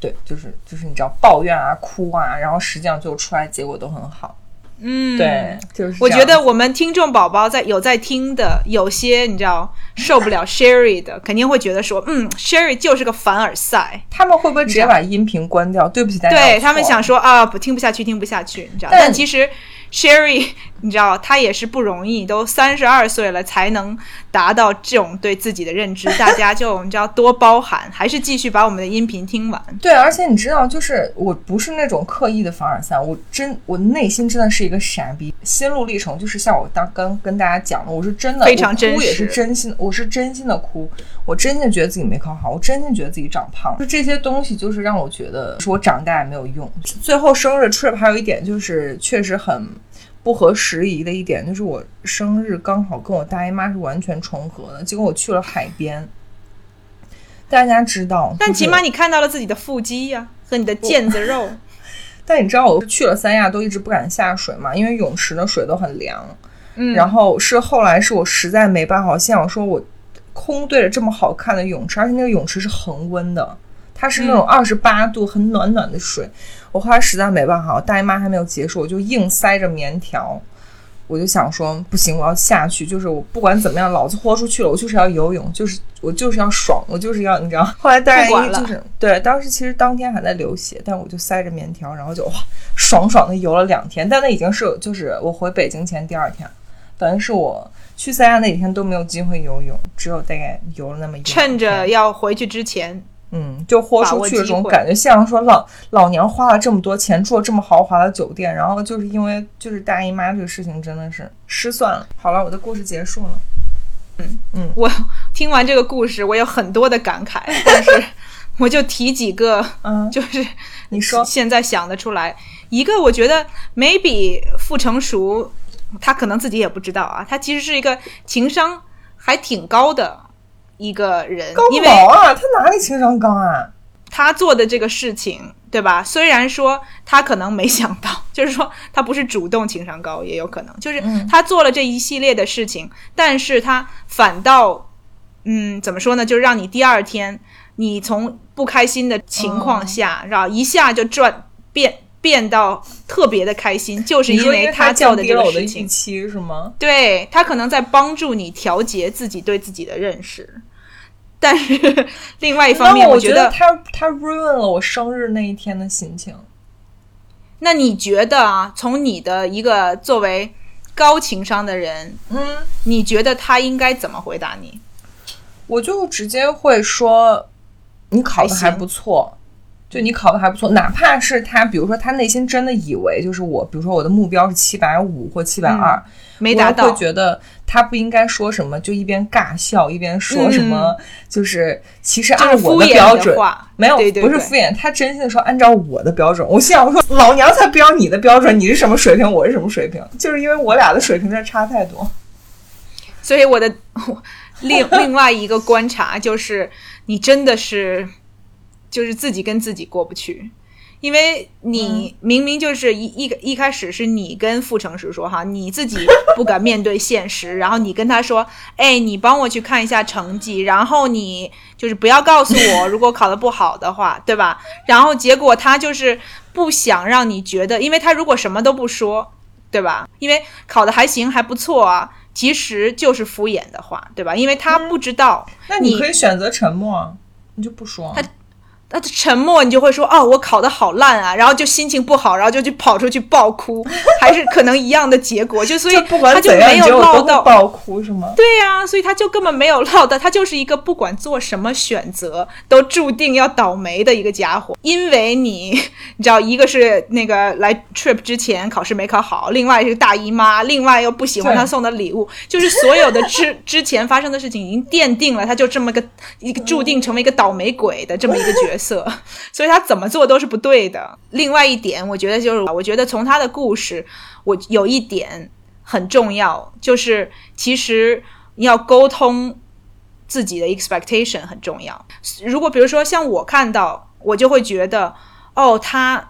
对，就是就是你知道抱怨啊哭啊，然后实际上最后出来结果都很好。 嗯， 对，就是我觉得我们听众宝宝在有在听的，有些你知道受不了 Sherry 的，肯定会觉得说，嗯 ，Sherry 就是个凡尔赛。 他们会不会直接把音频关掉？对不起大家。 对他们想说啊，不听不下去，听不下去，你知道？但, 但其实 Sherry 你知道，他也是不容易，都三十二岁了才能达到这种对自己的认知，大家就你知道多包涵，还是继续把我们的音频听完。 对，而且你知道，就是我不是那种刻意的凡尔赛，我真我内心真的是一个傻逼，心路历程就是像我刚刚跟大家讲的，我是真的非常真实， 我哭也是真心，我是真心的哭，我真心觉得自己没考好，我真心觉得自己长胖，就这些东西就是让我觉得是我长大也没有用。最后生日 trip 还有一点就是确实很不合时宜的一点，就是我生日刚好跟我大姨妈是完全重合的，结果我去了海边。大家知道， 但起码你看到了自己的腹肌呀、啊、和你的腱子肉。 但你知道我去了三亚都一直不敢下水嘛，因为泳池的水都很凉。 嗯， 然后是后来是我实在没办法，我心想说我空对着这么好看的泳池，而且那个泳池是恒温的，它是那种二十八度、嗯、很暖暖的水。我后来实在没办法，我大姨妈还没有结束，我就硬塞着棉条，我就想说不行，我要下去，就是我不管怎么样老子豁出去了，我就是要游泳，就是我就是要爽，我就是要你知道。后来大姨就是对，当时其实当天还在流血，但我就塞着棉条，然后就哇爽爽的游了两天。但那已经是就是我回北京前第二天，等于是我去三亚那几天都没有机会游泳，只有大概游了那么一天， 趁着要回去之前嗯，就豁出去的这种感觉，像说老老娘花了这么多钱住了这么豪华的酒店，然后就是因为就是大姨妈这个事情真的是失算了。好了，我的故事结束了。 嗯嗯，我听完这个故事，我有很多的感慨，但是我就提几个，嗯，就是你说现在想得出来。一个我觉得 maybe 傅成熟他可能自己也不知道啊，他其实是一个情商还挺高的一个人。 高毛啊，他哪里情商高啊？ 他做的这个事情对吧，虽然说他可能没想到，就是说他不是主动情商高，也有可能就是他做了这一系列的事情、嗯、但是他反倒嗯怎么说呢，就是让你第二天你从不开心的情况下、哦、然后一下就转变变到特别的开心，就是因为他做的这个事情。 是吗？ 对，他可能在帮助你调节自己对自己的认识。但是另外一方面， 我觉得他他 ruin 了我生日那一天的心情。 那你觉得啊，从你的一个作为高情商的人， 嗯， 你觉得他应该怎么回答你？ 我就直接会说，你考的还不错。就你考的还不错，哪怕是他比如说他内心真的以为就是我比如说我的目标是七百五或七百二、嗯、 没达到， 我会觉得他不应该说什么就一边尬笑一边说什么、嗯、就是其实按我的标准、 就是、 没有， 对对对， 不是敷衍，他真心的说按照我的标准。我心想说老娘才不要你的标准，你是什么水平我是什么水平，就是因为我俩的水平真的差太多。 所以我的另另外一个观察就是你真的是就是自己跟自己过不去，因为你明明就是一一一开始是你跟傅成实说哈，你自己不敢面对现实，然后你跟他说，哎，你帮我去看一下成绩，然后你就是不要告诉我如果考得不好的话，对吧？然后结果他就是不想让你觉得，因为他如果什么都不说，对吧？因为考得还行还不错啊，其实就是敷衍的话，对吧？因为他不知道、嗯、 那你可以选择沉默，你就不说。 他他沉默，你就会说哦，我考得好烂啊，然后就心情不好，然后就去跑出去爆哭，还是可能一样的结果，就所以他就没有落到爆哭是吗？ 对呀、啊，所以他就根本没有落到，他就是一个不管做什么选择都注定要倒霉的一个家伙。因为你你知道，一个是那个来 trip 之前考试没考好，另外是大姨妈，另外又不喜欢他送的礼物，就是所有的之之前发生的事情已经奠定了他就这么个一个注定成为一个倒霉鬼的这么一个角色。所以他怎么做都是不对的。另外一点我觉得就是我觉得从他的故事我有一点很重要，就是其实你要沟通自己的 expectation 很重要。如果比如说像我看到我就会觉得哦，他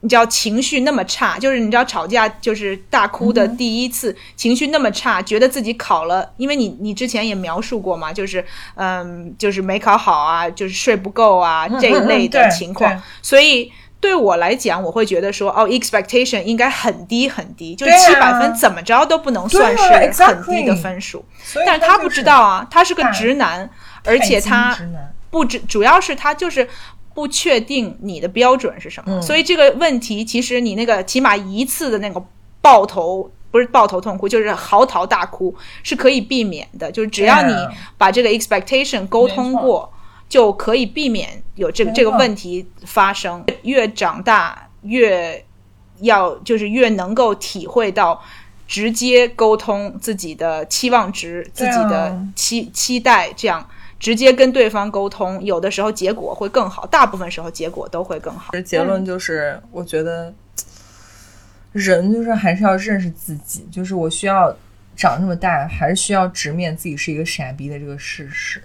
你知道情绪那么差，就是你知道吵架就是大哭的第一次、嗯、情绪那么差，觉得自己考了，因为你你之前也描述过嘛，就是嗯就是没考好啊，就是睡不够啊、嗯、这一类的情况、嗯、所以对我来讲我会觉得说哦 expectation 应该很低很低，就七百分怎么着都不能算是很低的分数、啊、但是他不知道啊，他是个直男，而且他不只主要是他就是不确定你的标准是什么、嗯、所以这个问题其实你那个起码一次的那个抱头不是抱头痛哭，就是嚎啕大哭是可以避免的，就是只要你把这个 expectation 沟通过就可以避免有这个这个问题发生。越长大越要就是越能够体会到直接沟通自己的期望值、自己的期期待，这样直接跟对方沟通，有的时候结果会更好，大部分时候结果都会更好。 结论就是、嗯、我觉得人就是还是要认识自己，就是我需要长这么大还是需要直面自己是一个傻逼的这个事实。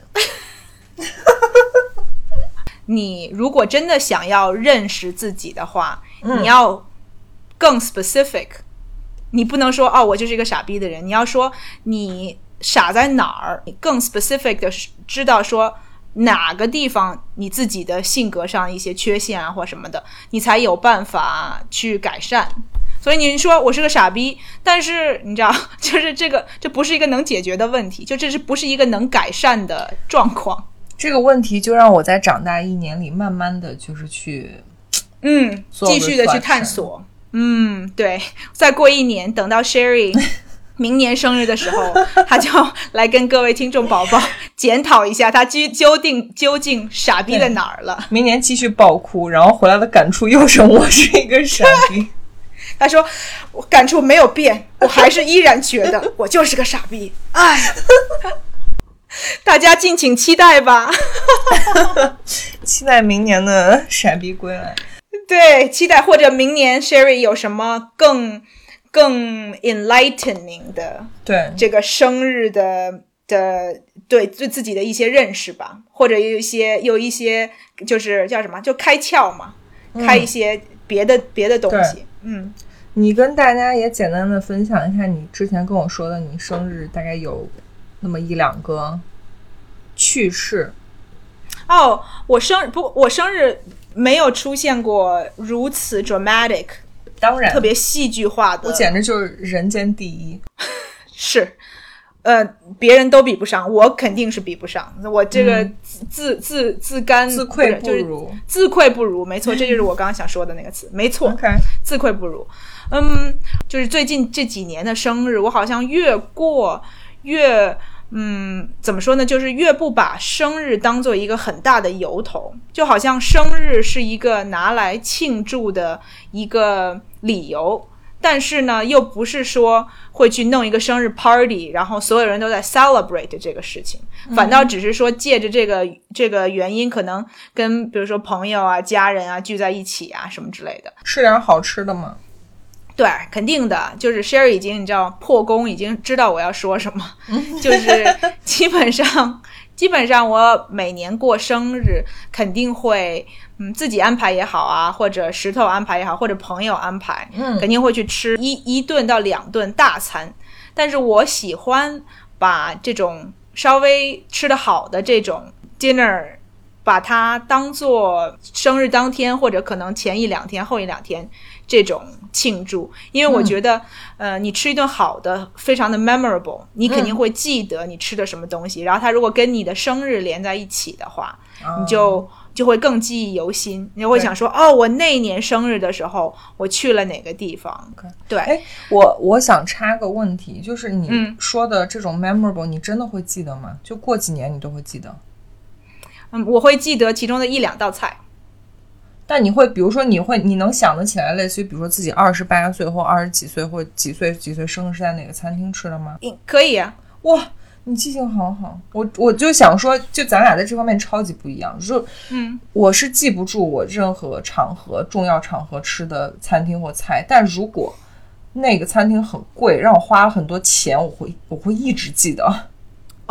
你如果真的想要认识自己的话、嗯、你要更 specific， 你不能说哦我就是一个傻逼的人，你要说你傻在哪儿，你更 specific 的知道说哪个地方你自己的性格上一些缺陷啊或什么的，你才有办法去改善。所以你说我是个傻逼，但是你知道就是这个这不是一个能解决的问题，就这是不是一个能改善的状况。 这个问题就让我在长大一年里慢慢的就是去嗯继续的去探索。嗯对，再过一年等到 Sherry 明年生日的时候他就来跟各位听众宝宝检讨一下他究竟究竟傻逼在哪儿了。 明年继续爆哭，然后回来的感触又是我是一个傻逼。 他说我感触没有变，我还是依然觉得我就是个傻逼。哎，大家敬请期待吧。 期待明年的傻逼归来。 对，期待或者明年 Sherry 有什么更更 enlightening 的对这个生日的的对对自己的一些认识吧，或者有一些有一些就是叫什么就开窍嘛、嗯、开一些别的别的东西。嗯， 你跟大家也简单的分享一下你之前跟我说的你生日大概有那么一两个趣事。 哦，我生不我生日没有出现过如此 dramatic， 当然特别戏剧化的， 我简直就是人间第一。 是呃别人都比不上，我肯定是比不上，我这个自、嗯、自自甘自愧不如、 就是、自愧不如，没错，这就是我刚刚想说的那个词，没错、 okay. 自愧不如。嗯，就是最近这几年的生日我好像越过越嗯，怎么说呢，就是越不把生日当做一个很大的由头，就好像生日是一个拿来庆祝的一个理由，但是呢又不是说会去弄一个生日 party 然后所有人都在 celebrate 这个事情，反倒只是说借着这个这个原因可能跟比如说朋友啊家人啊聚在一起啊什么之类的， 吃点好吃的吗？ 对，肯定的，就是 Sherry 已经你知道破功，已经知道我要说什么，就是基本上基本上我每年过生日肯定会嗯自己安排也好啊，或者石头安排也好，或者朋友安排，嗯，肯定会去吃一一顿到两顿大餐，但是我喜欢把这种稍微吃得好的这种 dinner把它当做生日当天或者可能前一两天后一两天这种庆祝，因为我觉得、嗯、呃，你吃一顿好的非常的 memorable， 你肯定会记得你吃的什么东西、嗯、然后它如果跟你的生日连在一起的话、嗯、你就就会更记忆犹新，你就会想说哦，我那年生日的时候我去了哪个地方。 okay. 对， 哎，我我想插个问题，就是你说的这种 memorable、嗯、你真的会记得吗？就过几年你都会记得？ 嗯，我会记得其中的一两道菜。 但你会比如说你会你能想得起来类似于比如说自己二十八岁或二十几岁或几岁几岁生日是在哪个餐厅吃的吗？ 可以啊。 哇，你记性好好。我我就想说就咱俩在这方面超级不一样，就是嗯，我是记不住我任何场合重要场合吃的餐厅或菜，但如果那个餐厅很贵让我花了很多钱，我会我会一直记得。 哦，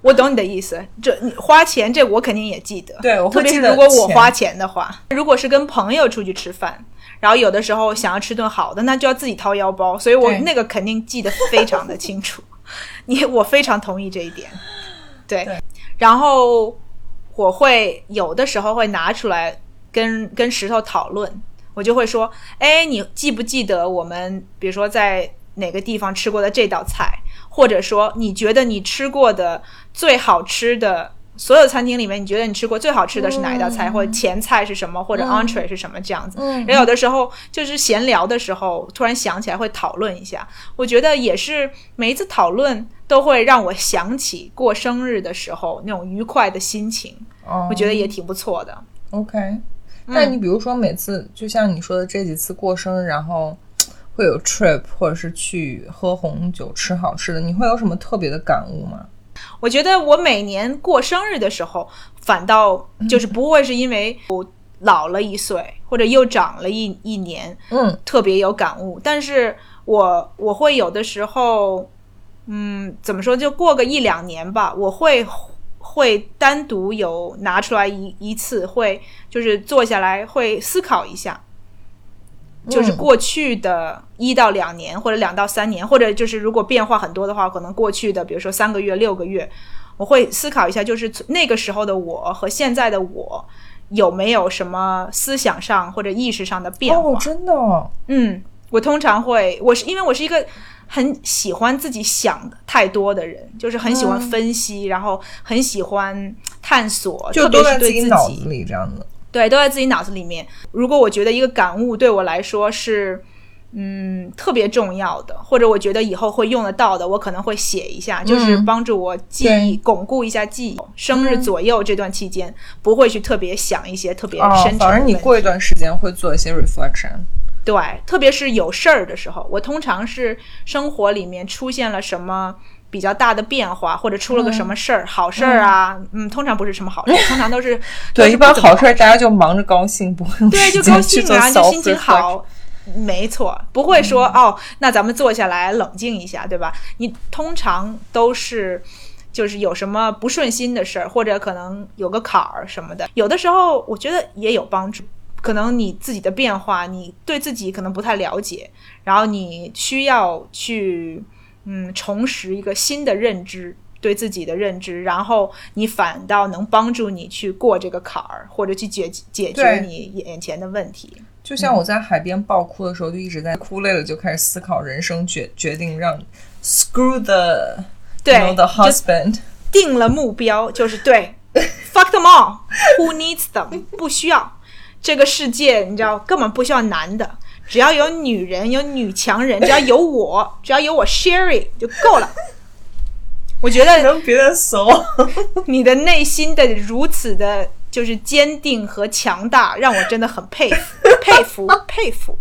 我懂你的意思，这你花钱这我肯定也记得， 对，我特别是如果我花钱的话，如果是跟朋友出去吃饭，然后有的时候想要吃顿好的，那就要自己掏腰包，所以我那个肯定记得非常的清楚。你我非常同意这一点，对。对，然后我会有的时候会拿出来跟跟石头讨论，我就会说，哎，你记不记得我们比如说在哪个地方吃过的这道菜，或者说你觉得你吃过的最好吃的所有餐厅里面，你觉得你吃过最好吃的是哪一道菜、嗯、或者前菜是什么，或者 entree 是什么，这样子、嗯、然后有的时候就是闲聊的时候突然想起来会讨论一下，我觉得也是每一次讨论都会让我想起过生日的时候那种愉快的心情、哦、我觉得也挺不错的。 OK， 但你比如说每次、嗯、就像你说的这几次过生日，然后会有 trip 或者是去喝红酒吃好吃的，你会有什么特别的感悟吗？ 我觉得我每年过生日的时候反倒就是不会是因为我老了一岁、嗯、或者又长了一一年嗯，特别有感悟，但是我我会有的时候嗯，怎么说，就过个一两年吧，我会会单独有拿出来一一次，会就是坐下来会思考一下，就是过去的一到两年或者两到三年，或者就是如果变化很多的话，可能过去的比如说三个月六个月，我会思考一下，就是那个时候的我和现在的我有没有什么思想上或者意识上的变化。 哦，真的哦。 嗯，我通常会，我是因为我是一个很喜欢自己想的太多的人，就是很喜欢分析、嗯、然后很喜欢探索， 就都在自己脑子里这样子。 对，都在自己脑子里面。如果我觉得一个感悟对我来说是嗯特别重要的，或者我觉得以后会用得到的，我可能会写一下、嗯、就是帮助我记忆巩固一下记忆。生日左右这段期间、嗯、不会去特别想一些特别深沉的、哦、 反正你过一段时间会做一些 reflection。 对，特别是有事儿的时候，我通常是生活里面出现了什么比较大的变化，或者出了个什么事儿、嗯、好事儿啊 嗯, 嗯，通常不是什么好事，通常都是对都是一般好事大家就忙着高兴，不会用时间去做 self reflection。 对，就高兴啊，就心情好， 没错，不会说、嗯、哦那咱们坐下来冷静一下，对吧？你通常都是就是有什么不顺心的事儿，或者可能有个坎儿什么的，有的时候我觉得也有帮助。可能你自己的变化，你对自己可能不太了解，然后你需要去嗯重拾一个新的认知，对自己的认知，然后你反倒能帮助你去过这个坎儿，或者去解解决你眼前的问题。 就像我在海边爆哭的时候，就一直在哭累了就开始思考人生决决定让 screw the 对 you know, the husband 定了目标，就是对fuck them all who needs them 不需要这个世界，你知道根本不需要男的，只要有女人，有女强人，只要有我，只要有我 Sherry 就够了。我觉得能别的怂， 你的内心的如此的就是坚定和强大，让我真的很佩服佩服佩服。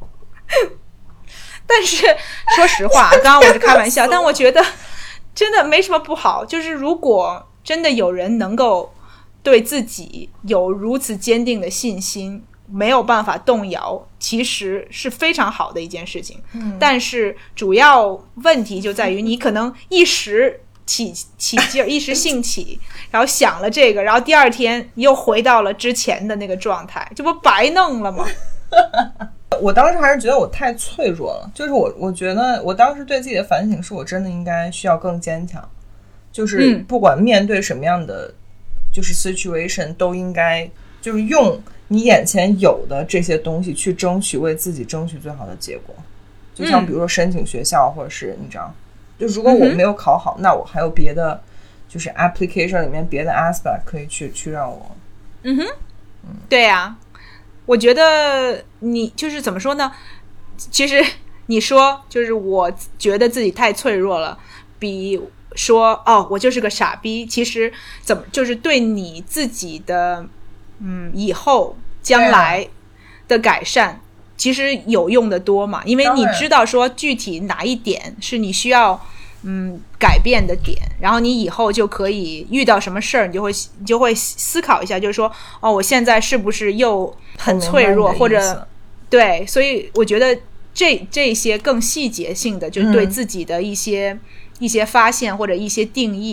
但是说实话，刚刚我是开玩笑，但我觉得真的没什么不好，就是如果真的有人能够对自己有如此坚定的信心，没有办法动摇，其实是非常好的一件事情、嗯、但是主要问题就在于你可能一时起起劲儿，一时兴起，然后想了这个，然后第二天你又回到了之前的那个状态，这不白弄了吗？ 我当时还是觉得我太脆弱了，就是我我觉得我当时对自己的反省是我真的应该需要更坚强，就是不管面对什么样的就是 situation 都应该就是用你眼前有的这些东西去争取，为自己争取最好的结果。就像比如说申请学校，或者是你知道就如果我没有考好、嗯、那我还有别的就是 application 里面别的 aspect 可以去去让我嗯哼嗯对啊，我觉得你就是怎么说呢，其实你说就是我觉得自己太脆弱了，比说哦我就是个傻逼，其实怎么就是对你自己的嗯以后将来的改善其实有用的多嘛，因为你知道说具体哪一点是你需要嗯改变的点，然后你以后就可以遇到什么事儿，你就会你就会思考一下，就是说哦我现在是不是又很脆弱，或者对，所以我觉得这这些更细节性的就是对自己的一些、嗯、一些发现或者一些定义，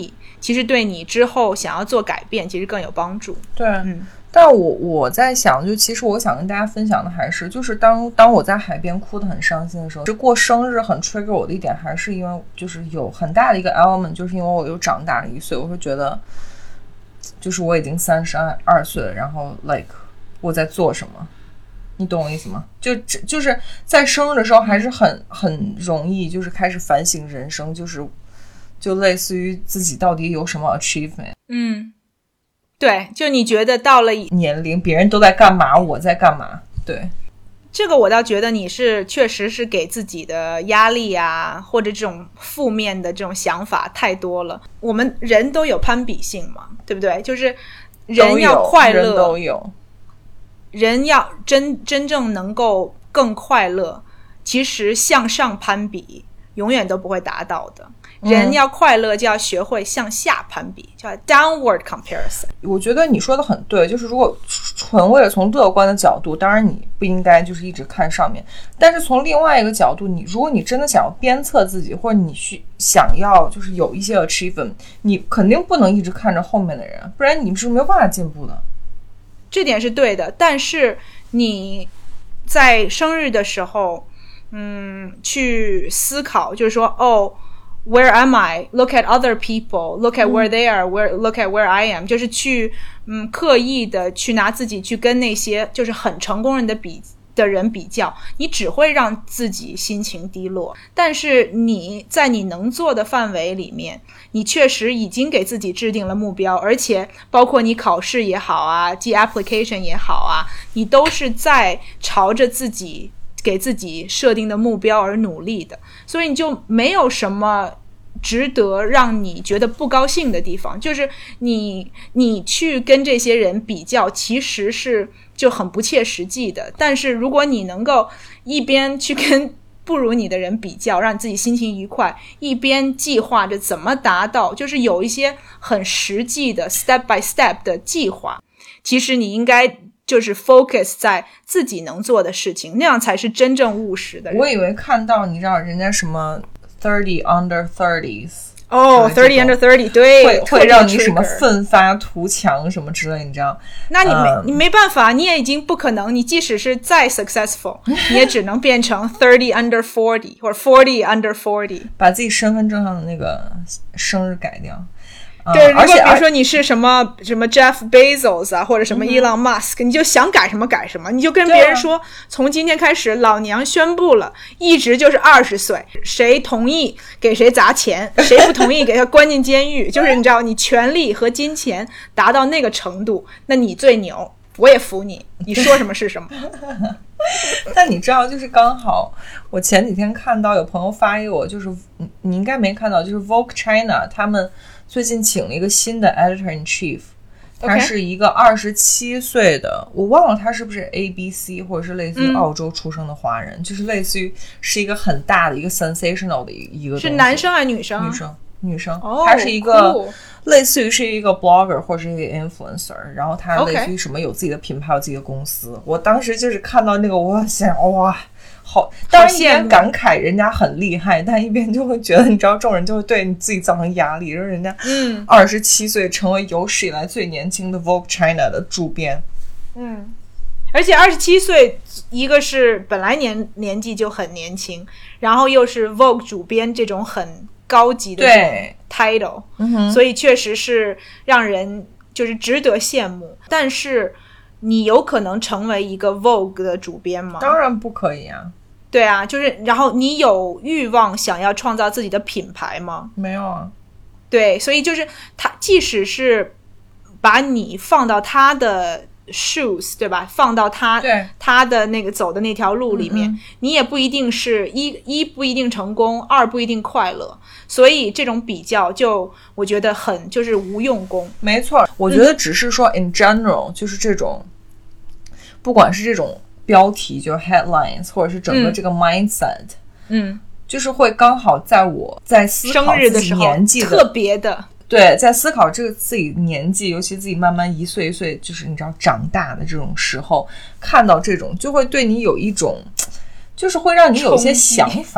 其实对你之后想要做改变其实更有帮助。 对， 嗯。 但我我在想，就其实我想跟大家分享的还是，就是当当我在海边哭得很伤心的时候，就过生日很 trigger 我的一点，还是因为就是有很大的一个 element， 就是因为我又长大了一岁，我会觉得，就是我已经三十二岁了，然后 like 我在做什么，你懂我意思吗？就就是在生日的时候还是很很容易，就是开始反省人生，就是就类似于自己到底有什么 achievement。 嗯。对，就你觉得到了年龄别人都在干嘛我在干嘛。对， 这个我倒觉得你是确实是给自己的压力啊，或者这种负面的这种想法太多了。我们人都有攀比性嘛，对不对？就是人要快乐， 人都有， 人要真真正能够更快乐，其实向上攀比永远都不会达到的。人要快乐就要学会向下攀比，叫 downward comparison。 我觉得你说的很对，就是如果纯为了从乐观的角度，当然你不应该就是一直看上面，但是从另外一个角度，你如果你真的想要鞭策自己，或者你需想要就是有一些 achievement， 你肯定不能一直看着后面的人，不然你是没有办法进步的。 这点是对的，但是你在生日的时候嗯，去思考，就是说哦Where am I? Look at other people. Look at where they are. Where look at where I am. 就是去嗯刻意的去拿自己去跟那些就是很成功人的比的人比较，你只会让自己心情低落。但是你在你能做的范围里面，你确实已经给自己制定了目标，而且包括你考试也好啊，记 application 也好啊，你都是在朝着自己给自己设定的目标而努力的，所以你就没有什么值得让你觉得不高兴的地方。就是你你去跟这些人比较其实是就很不切实际的，但是如果你能够一边去跟不如你的人比较，让你自己心情愉快，一边计划着怎么达到，就是有一些很实际的 step by step 的计划，其实你应该就是 focus 在自己能做的事情，那样才是真正务实的人。 我以为看到你知道人家什么 thirty under thirties 哦、oh, thirty under thirty 对， 会会让你什么奋发图强什么之类，你知道？ 那你没、 嗯、 你没办法，你也已经不可能，你即使是再 successful 你也只能变成 thirty under forty 或者 forty under forty， 把自己身份证上的那个生日改掉。 对， 嗯、而且比如说你是什么什么 Jeff Bezos 啊，或者什么 Elon Musk、嗯、你就想改什么改什么，你就跟别人说、啊、从今天开始老娘宣布了，一直就是二十岁，谁同意给谁砸钱，谁不同意给他关进监狱就是你知道你权力和金钱达到那个程度，那你最牛，我也服你，你说什么是什么但你知道就是刚好我前几天看到有朋友发给我，就是你应该没看到，就是 Vogue China 他们最近请了一个新的 editor-in-chief， 他是一个二十七岁的，我忘了他是不是 A B C 或者是类似于澳洲出生的华人、嗯、就是类似于是一个很大的一个 sensational 的一个东西。是男生还是女生？ 女生女生、 哦、 他是一个、 cool. 类似于是一个 blogger 或者是一个 influencer， 然后他类似于什么有自己的品牌有自己的公司。我当时就是看到那个我想哇好，当然一边感慨人家很厉害，但一边就会觉得你知道众人就会对你自己造成压力，就是人家二十七岁成为有史以来最年轻的 Vogue China 的主编。 嗯，而且二十七岁一个是本来年年纪就很年轻，然后又是 Vogue 主编这种很高级的 title， 嗯、 所以确实是让人就是值得羡慕。但是你有可能成为一个 Vogue 的主编吗？ 当然不可以啊。 对啊，就是然后你有欲望想要创造自己的品牌吗？ 没有啊。 对，所以就是他即使是把你放到他的 shoes 对吧，放到他对他的那个走的那条路里面、嗯、你也不一定是一一不一定成功，二不一定快乐，所以这种比较就我觉得很就是无用功。 没错，我觉得只是说 in general、嗯、就是这种不管是这种标题就是 headlines 或者是整个这个 mindset 嗯， 就是会刚好在我在思考自己年纪的特别的对，在思考这个自己年纪，尤其自己慢慢一岁一岁就是你知道长大的这种时候，看到这种就会对你有一种就是会让你有一些想法，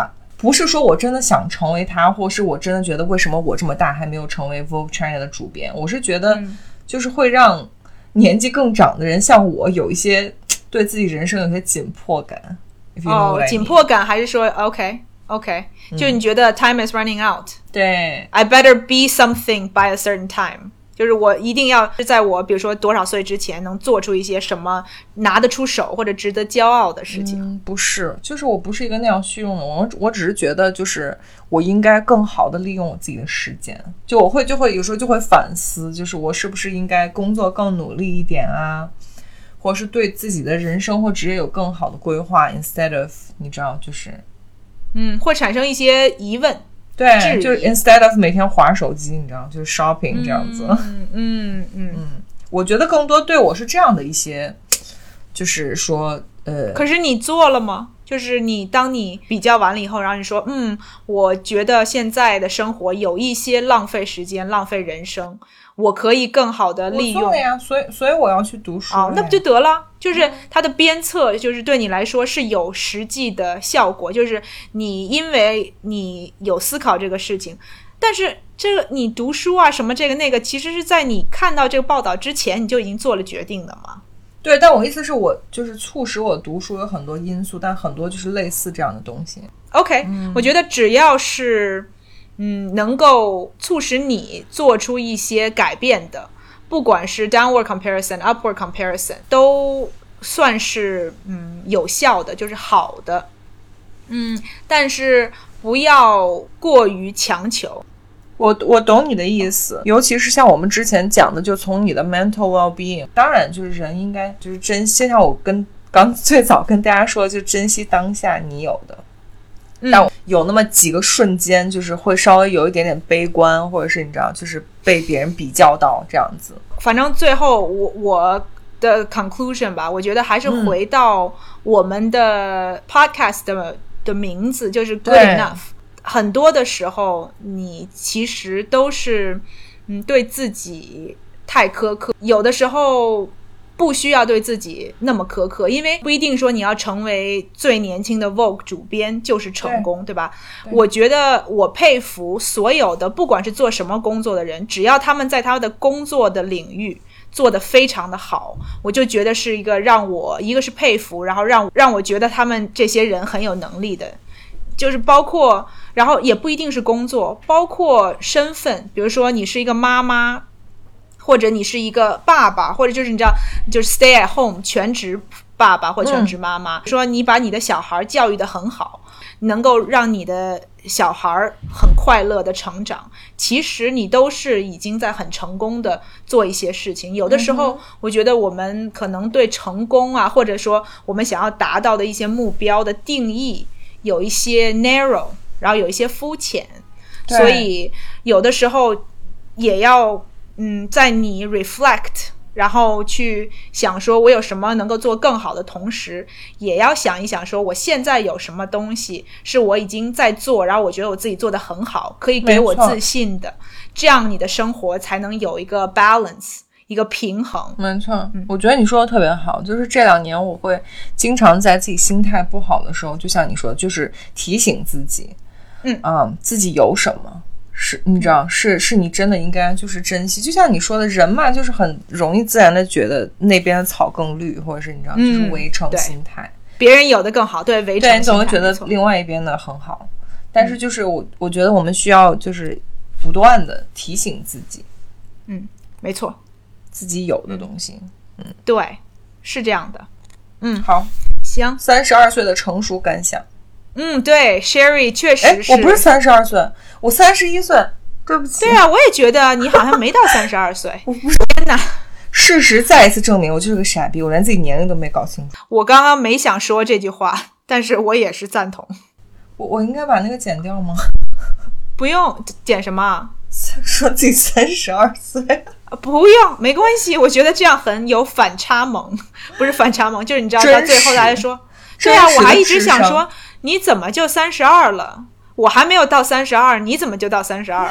不是说我真的想成为他，或是我真的觉得为什么我这么大还没有成为 Vogue China 的主编，我是觉得就是会让年纪更长的人像我有一些对自己人生有些紧迫感。 哦，紧迫感还是说 OK OK、嗯、就你觉得 time is running out， 对 I better be something by a certain time，就是我一定要在我比如说多少岁之前能做出一些什么拿得出手或者值得骄傲的事情、 嗯、不是，就是我不是一个那样虚荣的，我我只是觉得就是我应该更好的利用我自己的时间，就我会就会有时候就会反思，就是我是不是应该工作更努力一点啊，或是对自己的人生或职业有更好的规划 instead of 你知道就是嗯，会产生一些疑问， 对，就是 instead of 每天滑手机，你知道，就是 shopping 这样子。 嗯嗯嗯嗯， 我觉得更多对我是这样的一些，就是说，呃， 可是你做了吗？就是你当你比较完了以后，然后你说，嗯，我觉得现在的生活有一些浪费时间、浪费人生，我可以更好的利用。 我做了呀，所以所以我要去读书。 哦，那不就得了？就是它的鞭策，就是对你来说是有实际的效果，就是你因为你有思考这个事情，但是这个你读书啊什么这个那个，其实是在你看到这个报道之前你就已经做了决定的嘛。 对，但我意思是我就是促使我读书有很多因素，但很多就是类似这样的东西。 OK、嗯、我觉得只要是嗯能够促使你做出一些改变的，不管是 downward comparison upward comparison 都算是嗯有效的，就是好的。嗯，但是不要过于强求。 我我懂你的意思，尤其是像我们之前讲的，就从你的 mental well-being， 当然就是人应该就是珍惜，像我跟刚最早跟大家说，就珍惜当下你有的。嗯、但有那么几个瞬间，就是会稍微有一点点悲观，或者是你知道，就是被别人比较到这样子。 反正最后我我的 conclusion 吧，我觉得还是回到我们的 podcast 的、嗯、的名字，就是 good enough。很多的时候你其实都是嗯对自己太苛刻，有的时候不需要对自己那么苛刻，因为不一定说你要成为最年轻的 Vogue 主编就是成功， 对, 对吧对？我觉得我佩服所有的不管是做什么工作的人，只要他们在他们的工作的领域做得非常的好，我就觉得是一个让我一个是佩服，然后让让我觉得他们这些人很有能力的，就是包括然后也不一定是工作，包括身份，比如说你是一个妈妈，或者你是一个爸爸，或者就是你知道就是 stay at home 全职爸爸或全职妈妈、嗯、说你把你的小孩教育得很好，能够让你的小孩很快乐的成长，其实你都是已经在很成功的做一些事情。有的时候我觉得我们可能对成功啊，或者说我们想要达到的一些目标的定义有一些 narrow， 然后有一些肤浅，所以有的时候也要嗯，在你 reflect 然后去想说我有什么能够做更好的同时，也要想一想说我现在有什么东西是我已经在做，然后我觉得我自己做得很好，可以给我自信的，这样你的生活才能有一个 balance， 一个平衡。 没错、嗯、我觉得你说的特别好，就是这两年我会经常在自己心态不好的时候，就像你说的，就是提醒自己嗯啊、嗯，自己有什么是你知道是是你真的应该就是珍惜，就像你说的人嘛，就是很容易自然的觉得那边的草更绿，或者是你知道、嗯、就是围城心态， 别人有的更好，对，围城心态，对， 你总会觉得另外一边的很好，但是就是我、嗯、我觉得我们需要就是不断的提醒自己， 嗯，没错， 自己有的东西，嗯， 对，是这样的，嗯， 好， 行， 三十二岁的成熟感想。 嗯，对 Sherry 确实是， 我不是三十二岁，我三十一岁，对不起。 对啊，我也觉得你好像没到三十二岁。 我不是， 天哪！ 事实再一次证明我就是个傻逼，我连自己年龄都没搞清楚。 我刚刚没想说这句话，但是我也是赞同。 我我应该把那个剪掉吗？ 不用剪什么？ 说自己三十二岁。 不用，没关系。我觉得这样很有反差萌，不是反差萌，就是你知道到最后大家说，对啊，我还一直想说。你怎么就三十二了？我还没有到三十二，你怎么就到三十二了？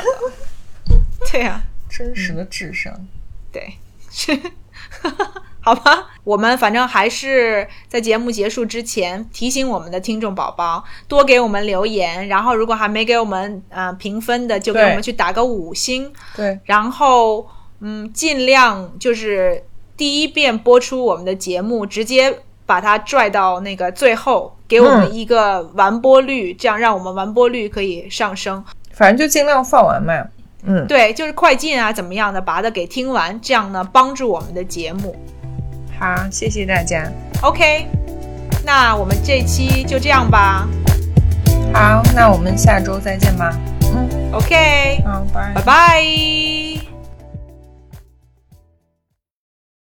对呀、啊， 真实的智商。 嗯、对，是，好吧。 我们反正还是在节目结束之前提醒我们的听众宝宝多给我们留言，然后如果还没给我们呃评分的，就给我们去打个五星。 对， 然后嗯，尽量就是第一遍播出我们的节目，直接把它拽到那个最后，给我们一个完播率，嗯、这样让我们完播率可以上升。 反正就尽量放完嘛。嗯， 对，就是快进啊，怎么样的，把它给听完，这样呢，帮助我们的节目。 好，谢谢大家。 OK， 那我们这期就这样吧。 好，那我们下周再见吧。嗯 ，OK， 好，拜拜拜。